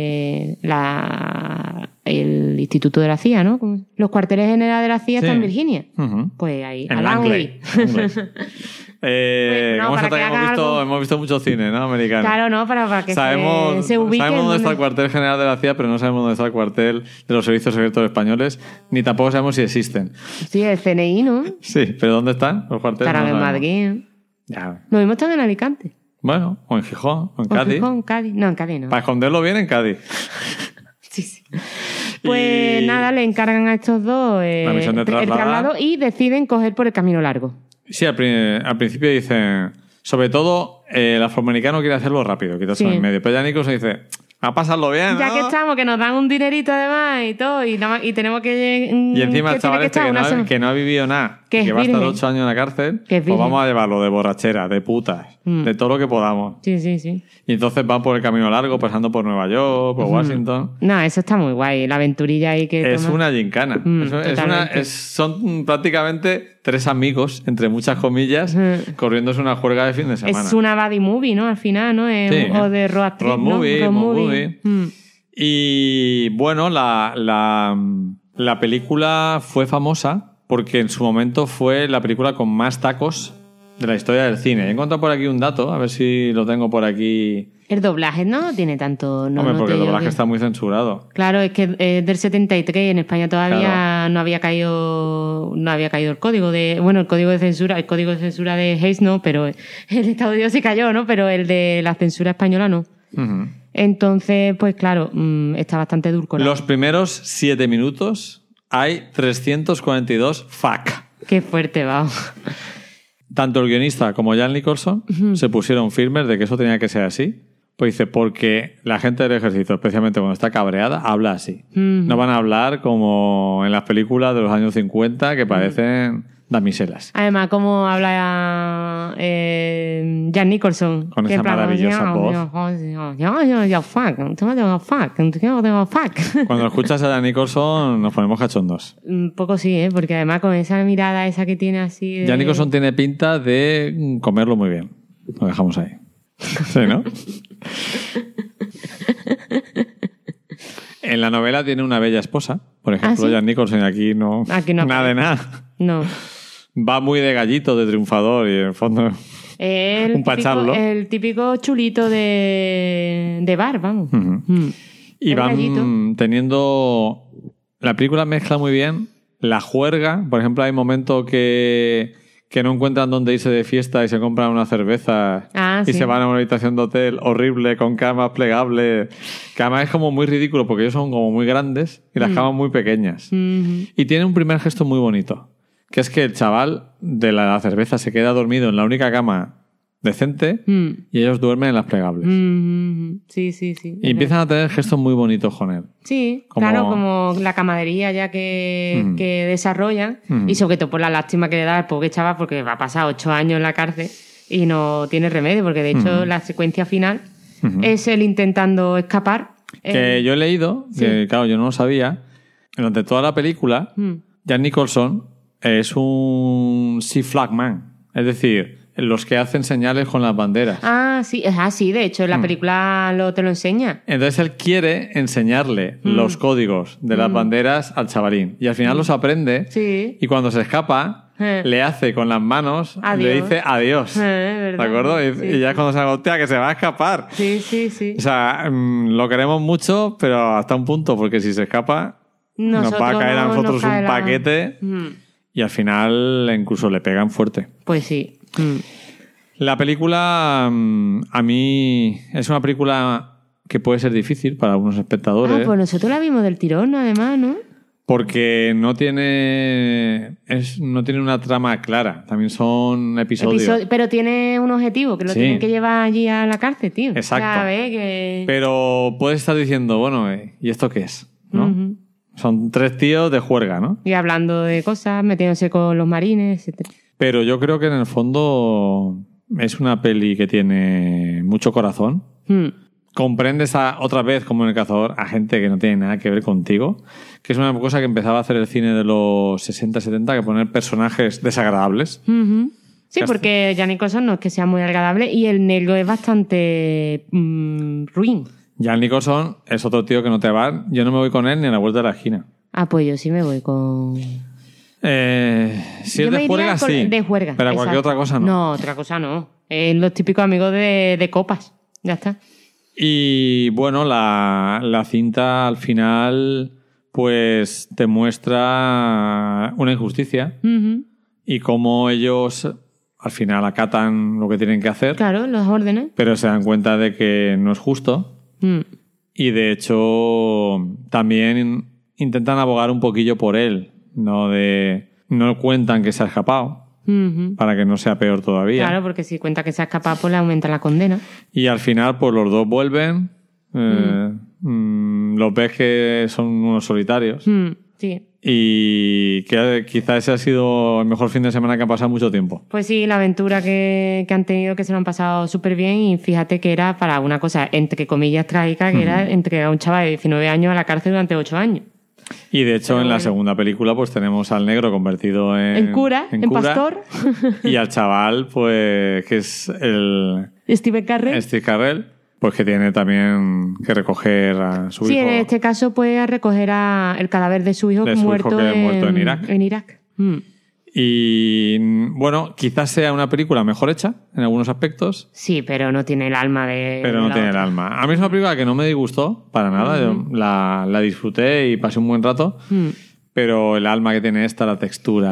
Speaker 1: el Instituto de la CIA, ¿no? Los cuarteles generales de la CIA están en Virginia.
Speaker 2: Uh-huh.
Speaker 1: Pues ahí,
Speaker 2: en
Speaker 1: a Langley.
Speaker 2: Hemos visto mucho cine, ¿no? Americano.
Speaker 1: Claro, no, para que se ubiquen.
Speaker 2: Sabemos dónde está el cuartel general de la CIA, pero no sabemos dónde está el cuartel de los servicios secretos españoles, ni tampoco sabemos si existen.
Speaker 1: Sí, el CNI, ¿no?
Speaker 2: Sí, pero ¿dónde están los cuarteles?
Speaker 1: Estarán en Madrid.
Speaker 2: Ya.
Speaker 1: Lo mismo están en Alicante.
Speaker 2: Bueno, o en Gijón, o en Cádiz.
Speaker 1: En Cádiz. No, en Cádiz no.
Speaker 2: Para esconderlo bien en Cádiz.
Speaker 1: Sí. Pues nada, le encargan a estos dos
Speaker 2: la misión de
Speaker 1: el traslado y deciden coger por el camino largo.
Speaker 2: Sí, al principio dicen... Sobre todo, el afroamericano quiere hacerlo rápido, quitarse en medio. Pero ya Nicholson dice... A pasarlo bien, ¿no?
Speaker 1: Ya que estamos, que nos dan un dinerito además y todo, y tenemos que...
Speaker 2: Y encima el chaval que no ha vivido nada, que va a estar 8 años en la cárcel, pues vamos a llevarlo de borrachera, de putas, de todo lo que podamos.
Speaker 1: Sí, sí, sí.
Speaker 2: Y entonces van por el camino largo, pasando por Nueva York, por Washington.
Speaker 1: No, eso está muy guay, la aventurilla ahí que
Speaker 2: es una gincana. Son prácticamente 3 amigos, entre muchas comillas, corriéndose una juerga de fin de semana.
Speaker 1: Es una buddy movie, ¿no? Al final, ¿no? O de road trip,
Speaker 2: road movie,
Speaker 1: ¿no?
Speaker 2: Road movie. Y bueno, la película fue famosa porque en su momento fue la película con más tacos de la historia del cine. He encontrado por aquí un dato, a ver si lo tengo por aquí.
Speaker 1: El doblaje no tiene tanto... No,
Speaker 2: hombre, porque el doblaje está muy censurado.
Speaker 1: Claro, es que es del 73 y en España todavía no había caído el código de... Bueno, el código de censura de Hayes no, pero el Estado de Dios sí cayó, ¿no? Pero el de la censura española no.
Speaker 2: Uh-huh.
Speaker 1: Entonces, pues claro, está bastante edulcorado.
Speaker 2: Los primeros 7 minutos hay 342 fuck.
Speaker 1: Qué fuerte, va.
Speaker 2: Tanto el guionista como Jan Nicholson se pusieron firmes de que eso tenía que ser así. Pues dice, porque la gente del ejército, especialmente cuando está cabreada, habla así. No van a hablar como en las películas de los años 50 que parecen damiselas.
Speaker 1: Además, como habla Jan Nicholson.
Speaker 2: Con esa maravillosa voz. Cuando escuchas a Jan Nicholson nos ponemos cachondos.
Speaker 1: Un poco sí, porque además con esa mirada esa que tiene así...
Speaker 2: Jan Nicholson tiene pinta de comerlo muy bien. Lo dejamos ahí. Sí, ¿no? En la novela tiene una bella esposa, por ejemplo.
Speaker 1: ¿Ah, sí?
Speaker 2: Jan Nicholson, aquí no nada de nada.
Speaker 1: No.
Speaker 2: Va muy de gallito, de triunfador y en el fondo un pacharlo.
Speaker 1: El típico chulito de bar, vamos.
Speaker 2: Uh-huh. Y van
Speaker 1: gallito.
Speaker 2: teniendo... La película mezcla muy bien la juerga. Por ejemplo, hay momentos que no encuentran dónde irse de fiesta y se compran una cerveza y se van a una habitación de hotel horrible con camas plegables, que además es como muy ridículo porque ellos son como muy grandes y las camas muy pequeñas. Y tiene un primer gesto muy bonito, que es que el chaval de la cerveza se queda dormido en la única cama decente y ellos duermen en las plegables.
Speaker 1: Sí, sí, sí.
Speaker 2: Y empiezan a tener gestos muy bonitos con él.
Speaker 1: Sí, claro, como la camaradería ya que desarrollan y sobre todo por la lástima que le da al pobre chaval porque va a pasar 8 años en la cárcel y no tiene remedio porque de hecho la secuencia final es él intentando escapar.
Speaker 2: Que yo he leído, que claro, yo no lo sabía, durante toda la película Jan Nicholson es un Sea Flag Man, es decir... Los que hacen señales con las banderas.
Speaker 1: Ah, sí, de hecho, en la película te lo enseña.
Speaker 2: Entonces él quiere enseñarle los códigos de las banderas al chavalín. Y al final los aprende.
Speaker 1: Sí.
Speaker 2: Y cuando se escapa, le hace con las manos, le dice adiós.
Speaker 1: ¿De
Speaker 2: acuerdo? Y ya es cuando se agotea que se va a escapar.
Speaker 1: Sí, sí, sí.
Speaker 2: O sea, lo queremos mucho, pero hasta un punto, porque si se escapa, nos va a caer a nosotros un paquete. Y al final incluso le pegan fuerte.
Speaker 1: Pues sí.
Speaker 2: La película, a mí, es una película que puede ser difícil para algunos espectadores.
Speaker 1: Pues nosotros la vimos del tirón, además, ¿no? Porque
Speaker 2: no tiene una trama clara. También son episodios.
Speaker 1: Pero tiene un objetivo, que lo tienen que llevar allí a la cárcel, tío.
Speaker 2: Exacto.
Speaker 1: Que...
Speaker 2: Pero puedes estar diciendo, bueno, ¿y esto qué es? ¿No? Son 3 tíos de juerga, ¿no?
Speaker 1: Y hablando de cosas, metiéndose con los marines, etc.
Speaker 2: Pero yo creo que en el fondo es una peli que tiene mucho corazón. comprendes otra vez, como en El Cazador, a gente que no tiene nada que ver contigo, que es una cosa que empezaba a hacer el cine de los 60-70, que poner personajes desagradables.
Speaker 1: Uh-huh. Sí, porque Jack Nicholson no es que sea muy agradable y el negro es bastante ruin.
Speaker 2: Jack Nicholson es otro tío que no te va. Yo no me voy con él ni a la vuelta de la esquina.
Speaker 1: Ah, pues yo sí me voy con...
Speaker 2: Si es de juerga, sí.
Speaker 1: De juerga.
Speaker 2: Pero cualquier otra cosa no.
Speaker 1: No, otra cosa no. Los típicos amigos de copas. Ya está.
Speaker 2: Y bueno, la cinta al final pues te muestra una injusticia y cómo ellos al final acatan lo que tienen que hacer.
Speaker 1: Claro, los órdenes.
Speaker 2: Pero se dan cuenta de que no es justo. Y de hecho también intentan abogar un poquillo por él. No cuentan que se ha escapado. Para que no sea peor todavía.
Speaker 1: Claro, porque si cuenta que se ha escapado, pues le aumenta la condena.
Speaker 2: Y al final, pues los dos vuelven. Los ves que son unos solitarios.
Speaker 1: Sí.
Speaker 2: Y que quizás ese ha sido el mejor fin de semana que ha pasado mucho tiempo.
Speaker 1: Pues sí, la aventura que han tenido, que se lo han pasado súper bien. Y fíjate que era para una cosa, entre comillas, trágica, que era entregar a un chaval de 19 años a la cárcel durante 8 años.
Speaker 2: Y de hecho, en la segunda película, pues tenemos al negro convertido en
Speaker 1: cura, en pastor.
Speaker 2: Y al chaval, pues, que es el...
Speaker 1: Steve
Speaker 2: Carell, pues que tiene también que recoger a su hijo.
Speaker 1: Sí, en este caso, pues, a recoger el cadáver de su hijo muerto
Speaker 2: en Irak.
Speaker 1: En Irak.
Speaker 2: Y bueno, quizás sea una película mejor hecha en algunos aspectos.
Speaker 1: Sí, pero no tiene el alma de...
Speaker 2: Pero no tiene el alma. A mí es una película que no me disgustó para nada. Yo la disfruté y pasé un buen rato. Pero el alma que tiene esta, la textura,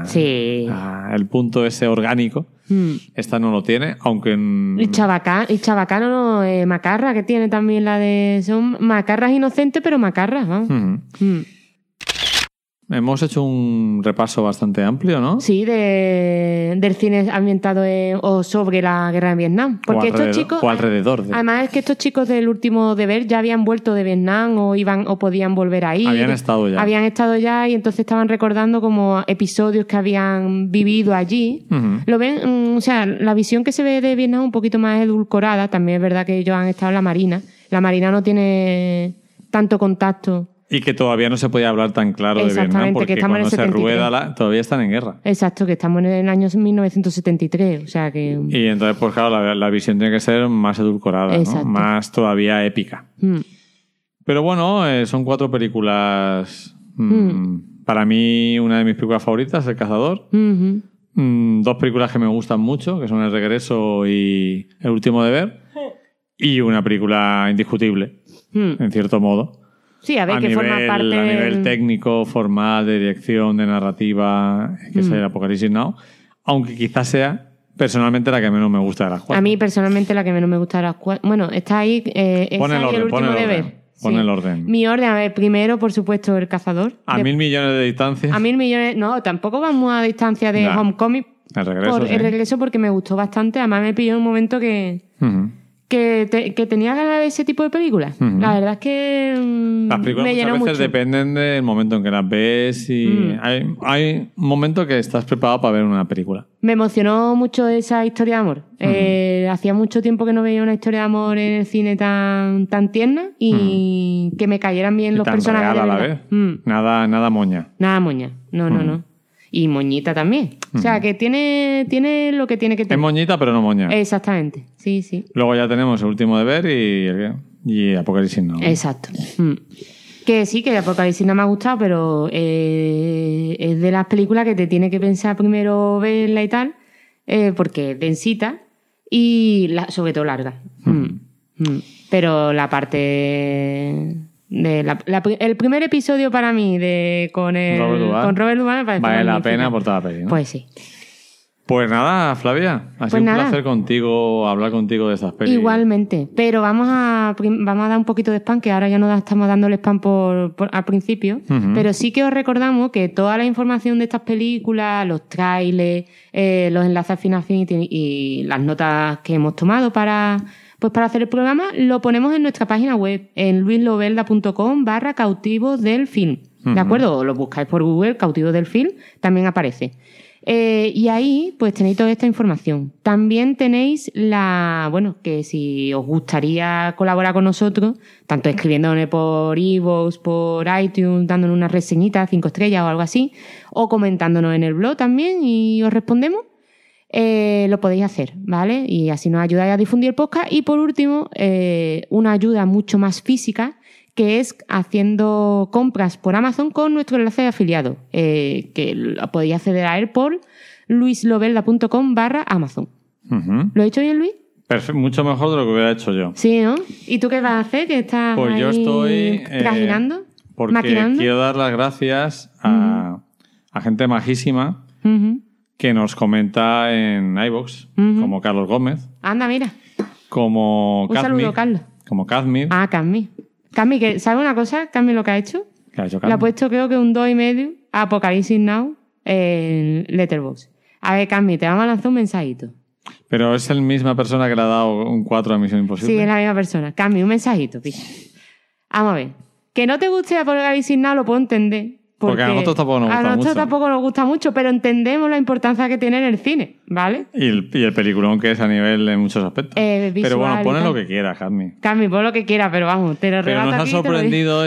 Speaker 2: el punto ese orgánico, esta no lo tiene, aunque...
Speaker 1: Y Chabacano no, Macarra, que tiene también la de... Son macarras inocentes, pero macarras, vamos.
Speaker 2: Hemos hecho un repaso bastante amplio, ¿no?
Speaker 1: Sí, del cine ambientado o sobre la guerra de Vietnam. Porque estos chicos...
Speaker 2: O alrededor de...
Speaker 1: Además es que estos chicos del último deber ya habían vuelto de Vietnam o podían volver a ir.
Speaker 2: Habían estado ya
Speaker 1: y entonces estaban recordando como episodios que habían vivido allí. Lo ven, o sea, la visión que se ve de Vietnam un poquito más edulcorada. También es verdad que ellos han estado en la Marina. La Marina no tiene tanto contacto.
Speaker 2: Y que todavía no se podía hablar tan claro de Vietnam porque cuando se rueda todavía están en guerra.
Speaker 1: Exacto, que estamos en el año 1973, o sea que...
Speaker 2: Y entonces, pues claro, la visión tiene que ser más edulcorada, ¿no? Más todavía épica. Pero bueno, son 4 películas... Para mí, una de mis películas favoritas, El Cazador. 2 películas que me gustan mucho, que son El Regreso y El Último Deber. Y una película indiscutible, en cierto modo.
Speaker 1: Sí, a ver, que forma parte...
Speaker 2: A nivel técnico, formal, de dirección, de narrativa, que es el Apocalipsis Now. Aunque quizás sea, personalmente, la que menos me gusta de las 4.
Speaker 1: A mí, personalmente, la que menos me gusta de las 4... Bueno, está ahí...
Speaker 2: Pon el orden,
Speaker 1: El Último Deber.
Speaker 2: Pon el orden.
Speaker 1: Mi orden, a ver, primero, por supuesto, El Cazador.
Speaker 2: A 1.000 millones de distancia.
Speaker 1: A 1.000 millones... No, tampoco vamos a distancia de Homecoming.
Speaker 2: El Regreso,
Speaker 1: El Regreso porque me gustó bastante. Además, me pilló en un momento que tenía ganas de ese tipo de películas. La verdad es que
Speaker 2: las películas
Speaker 1: me llenó
Speaker 2: muchas veces
Speaker 1: mucho.
Speaker 2: Dependen del momento en que las ves y hay un momento que estás preparado para ver una película.
Speaker 1: Me emocionó mucho esa historia de amor. Hacía mucho tiempo que no veía una historia de amor en el cine tan tierna y que me cayeran bien los personajes
Speaker 2: real
Speaker 1: de
Speaker 2: a la
Speaker 1: verdad.
Speaker 2: vez. Nada moña.
Speaker 1: Nada moña. No. Y moñita también. O sea, que tiene lo que tiene que tener.
Speaker 2: Es moñita, pero no moña.
Speaker 1: Exactamente. Sí.
Speaker 2: Luego ya tenemos El Último Deber y Apocalipsis Now.
Speaker 1: Exacto. Que sí, que Apocalipsis no me ha gustado, pero es de las películas que te tiene que pensar primero verla y tal, porque es densita y sobre todo larga. Pero la parte... el primer episodio para mí con Robert Duvall me parece
Speaker 2: vale la pena por toda la peli, ¿no?
Speaker 1: Pues sí.
Speaker 2: Pues nada, Flavia, ha sido un placer hablar contigo de estas pelis.
Speaker 1: Igualmente, pero vamos a dar un poquito de spam, que ahora ya no estamos dándole spam al principio, pero sí que os recordamos que toda la información de estas películas, los trailers, los enlaces al Final Affinity y las notas que hemos tomado para hacer el programa, lo ponemos en nuestra página web, en luislovelda.com/cautivos del film. ¿De acuerdo? O lo buscáis por Google, Cautivos del Film, también aparece. Y ahí pues tenéis toda esta información. También tenéis que si os gustaría colaborar con nosotros, tanto escribiéndonos por iVoox, por iTunes, dándonos una reseñita, 5 estrellas o algo así, o comentándonos en el blog también y os respondemos, lo podéis hacer, ¿vale? Y así nos ayudáis a difundir el podcast. Y por último, una ayuda mucho más física, que es haciendo compras por Amazon con nuestro enlace de afiliado, que podéis acceder a él por luislobelda.com/Amazon.
Speaker 2: Uh-huh.
Speaker 1: ¿Lo he hecho bien, Luis?
Speaker 2: Perfecto, mucho mejor de lo que hubiera hecho yo.
Speaker 1: Sí, ¿no? ¿Y tú qué vas a hacer? ¿Que estás
Speaker 2: pues
Speaker 1: ahí
Speaker 2: yo estoy
Speaker 1: trajinando?
Speaker 2: Porque
Speaker 1: maquinando.
Speaker 2: Quiero dar las gracias a gente majísima que nos comenta en iVoox, como Carlos Gómez.
Speaker 1: Anda, mira.
Speaker 2: Como
Speaker 1: Un saludo, Carlos.
Speaker 2: Como Kazmir.
Speaker 1: Ah, Kazmir, que ¿sabe una cosa? Kazmir lo que ha hecho.
Speaker 2: ¿Qué ha hecho
Speaker 1: Le
Speaker 2: Kazmir?
Speaker 1: ha puesto creo que un 2,5 a Apocalipsis Now en Letterboxd. A ver, Kazmir, te vamos a lanzar un mensajito.
Speaker 2: Pero es la misma persona que le ha dado un 4 a Misión Imposible.
Speaker 1: Sí, es la misma persona. Kazmir, un mensajito, picha. Vamos a ver. Que no te guste Apocalipsis Now lo puedo entender.
Speaker 2: Porque a nosotros tampoco nos gusta mucho.
Speaker 1: A nosotros tampoco nos gusta mucho, pero entendemos la importancia que tiene en el cine, ¿vale?
Speaker 2: Y el peliculón que es a nivel en muchos aspectos.
Speaker 1: Visual
Speaker 2: pero bueno,
Speaker 1: y
Speaker 2: pone
Speaker 1: tal.
Speaker 2: lo que quiera, Kazmir.
Speaker 1: Kazmir, pon lo que quiera, pero vamos, te lo
Speaker 2: Pero
Speaker 1: rebato
Speaker 2: nos ha
Speaker 1: aquí, te lo digo.
Speaker 2: sorprendido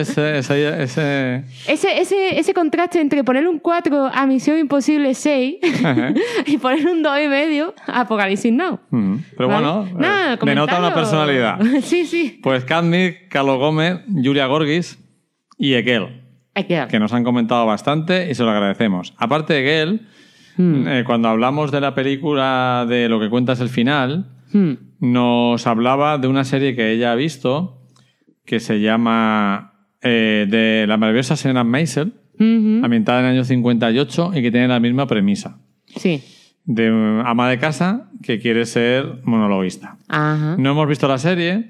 Speaker 1: Ese contraste entre poner un 4 a Misión Imposible 6 y poner un 2,5 a Apocalipsis Now.
Speaker 2: Pero
Speaker 1: ¿Vale?
Speaker 2: bueno,
Speaker 1: Nada,
Speaker 2: denota una
Speaker 1: comentarlo.
Speaker 2: personalidad.
Speaker 1: Sí, sí.
Speaker 2: Pues Kazmir, Carlos Gómez, Julia Gorgis y Ekel,
Speaker 1: Hay que dar.
Speaker 2: que nos han comentado bastante y se lo agradecemos. Aparte de Ekel, cuando hablamos de la película de Lo que cuentas el final, nos hablaba de una serie que ella ha visto que se llama de la maravillosa señora Maisel, ambientada en el año 58 y que tiene la misma premisa.
Speaker 1: Sí.
Speaker 2: De ama de casa que quiere ser monologuista.
Speaker 1: Ajá.
Speaker 2: No hemos visto la serie,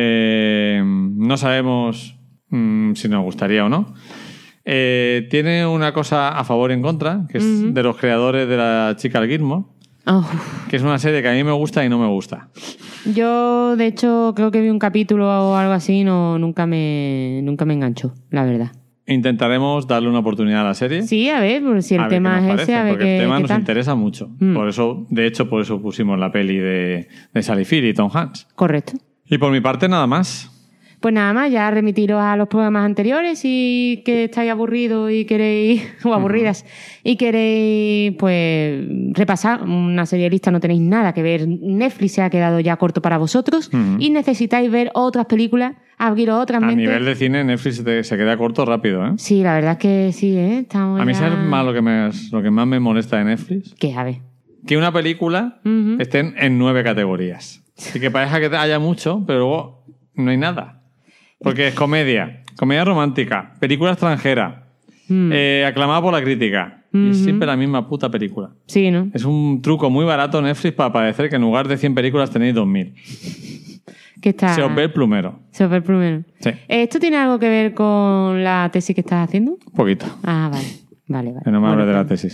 Speaker 2: no sabemos si nos gustaría o no. Tiene una cosa a favor y en contra, que es de los creadores de La chica del Gizmo, que es una serie que a mí me gusta y no me gusta.
Speaker 1: Yo, de hecho, creo que vi un capítulo o algo así, nunca me enganchó, la verdad.
Speaker 2: Intentaremos darle una oportunidad a la serie.
Speaker 1: Sí, a ver, pues si
Speaker 2: a
Speaker 1: el
Speaker 2: ver
Speaker 1: tema
Speaker 2: qué nos
Speaker 1: es
Speaker 2: parece,
Speaker 1: ese, a ver
Speaker 2: porque el tema
Speaker 1: qué
Speaker 2: nos
Speaker 1: tal.
Speaker 2: interesa mucho. Por eso pusimos la peli de Sally Field y Tom Hanks.
Speaker 1: Correcto.
Speaker 2: Y por mi parte, nada más.
Speaker 1: Pues nada más, ya remitiros a los programas anteriores y que estáis aburridos y queréis, o aburridas, y queréis, pues, repasar una serie lista, no tenéis nada que ver. Netflix se ha quedado ya corto para vosotros y necesitáis ver otras películas, abriros otras
Speaker 2: A
Speaker 1: mentes.
Speaker 2: nivel de cine, Netflix se queda corto rápido, ¿eh?
Speaker 1: Sí, la verdad es que sí, ¿eh? Estamos
Speaker 2: A mí
Speaker 1: ya...
Speaker 2: ¿sabes más lo que más me molesta de Netflix?
Speaker 1: ¿Qué? A ver.
Speaker 2: Que una película esté en 9 categorías. Y que parezca que haya mucho, pero luego no hay nada. Porque es comedia romántica, película extranjera, aclamada por la crítica. Y es siempre la misma puta película.
Speaker 1: Sí, ¿no?
Speaker 2: Es un truco muy barato Netflix para parecer que en lugar de 100 películas tenéis 2000.
Speaker 1: Que está...
Speaker 2: Se os ve el plumero.
Speaker 1: Se os ve el primero.
Speaker 2: Sí.
Speaker 1: ¿Esto tiene algo que ver con la tesis que estás haciendo?
Speaker 2: Un poquito.
Speaker 1: Ah, vale.
Speaker 2: Que no me hables de la
Speaker 1: pues-
Speaker 2: tesis.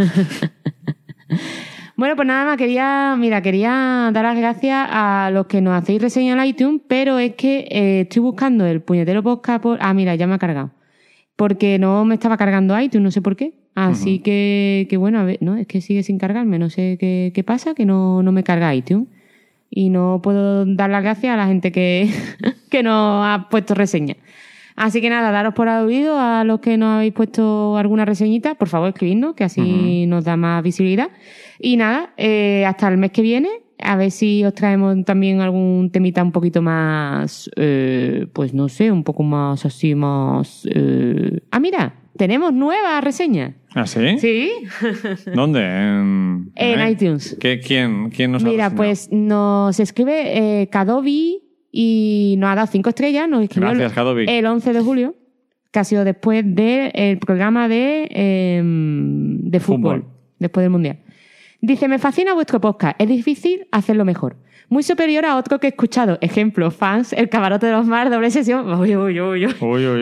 Speaker 1: Bueno, pues nada más, quería dar las gracias a los que nos hacéis reseña en iTunes, pero es que estoy buscando el puñetero podcast por... Ah, mira, ya me ha cargado. Porque no me estaba cargando iTunes, no sé por qué. Así que bueno, a ver, no, es que sigue sin cargarme, no sé qué pasa, que no me carga iTunes. Y no puedo dar las gracias a la gente que nos ha puesto reseña. Así que nada, daros por aludido a los que nos habéis puesto alguna reseñita. Por favor, escribidnos, que así nos da más visibilidad. Y nada, hasta el mes que viene, a ver si os traemos también algún temita un poquito más, pues no sé, un poco más así, más... Ah, mira, tenemos nuevas reseñas.
Speaker 2: ¿Ah, sí?
Speaker 1: Sí.
Speaker 2: ¿Dónde? En
Speaker 1: iTunes.
Speaker 2: ¿Quién nos ha
Speaker 1: Mira,
Speaker 2: reseñado?
Speaker 1: pues nos escribe Kadobi y nos ha dado 5 estrellas. Nos escribió
Speaker 2: Gracias, Kadobi.
Speaker 1: el 11 de julio, que ha sido después del programa de fútbol, después del Mundial. Dice, me fascina vuestro podcast, es difícil hacerlo mejor. Muy superior a otro que he escuchado. Ejemplo, fans, El Camarote de los Mar, doble sesión. Uy.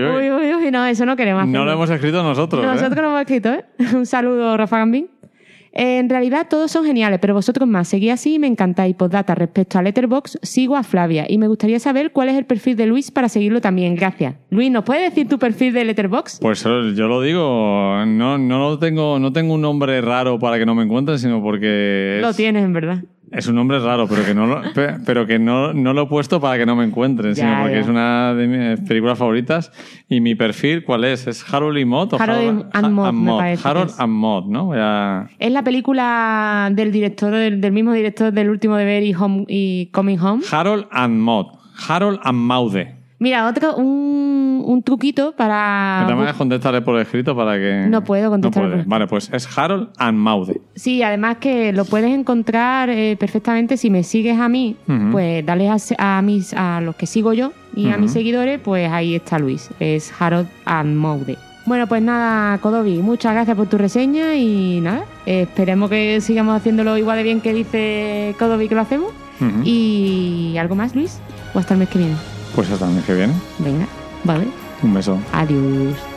Speaker 1: No, eso no queremos hacer.
Speaker 2: No lo hemos escrito nosotros.
Speaker 1: Nosotros lo hemos escrito, ¿eh? Un saludo, Rafa Gambín. En realidad todos son geniales, pero vosotros más. Seguid así y me encantáis. Postdata, respecto a Letterboxd, sigo a Flavia y me gustaría saber cuál es el perfil de Luis para seguirlo también. Gracias. Luis, ¿nos puedes decir tu perfil de Letterboxd?
Speaker 2: Pues yo lo digo, no tengo un nombre raro para que no me encuentren, sino porque...
Speaker 1: Lo tienes, en verdad.
Speaker 2: Es un nombre raro, pero que no lo he puesto para que no me encuentren, sino porque es una de mis películas favoritas. ¿Y mi perfil cuál es? ¿Es Harold y Maude?
Speaker 1: Harold and Maude, me parece.
Speaker 2: Harold and Maude, ¿no?
Speaker 1: Es la película del mismo director del último deber y Coming Home.
Speaker 2: Harold and Maude. Harold and Maude.
Speaker 1: Mira, un truquito para...
Speaker 2: ¿Me contestaré por escrito para que...?
Speaker 1: No puedo contestar.
Speaker 2: No vale, pues es Harold and Maude.
Speaker 1: Sí, además que lo puedes encontrar perfectamente si me sigues a mí, pues dale a los que sigo yo y a mis seguidores, pues ahí está Luis. Es Harold and Maude. Bueno, pues nada, Kodobi, muchas gracias por tu reseña y nada, esperemos que sigamos haciéndolo igual de bien que dice Kodobi que lo hacemos. ¿Y algo más, Luis? ¿O hasta el mes que viene?
Speaker 2: Pues hasta el mes que viene.
Speaker 1: Venga, vale.
Speaker 2: Un beso.
Speaker 1: Adiós.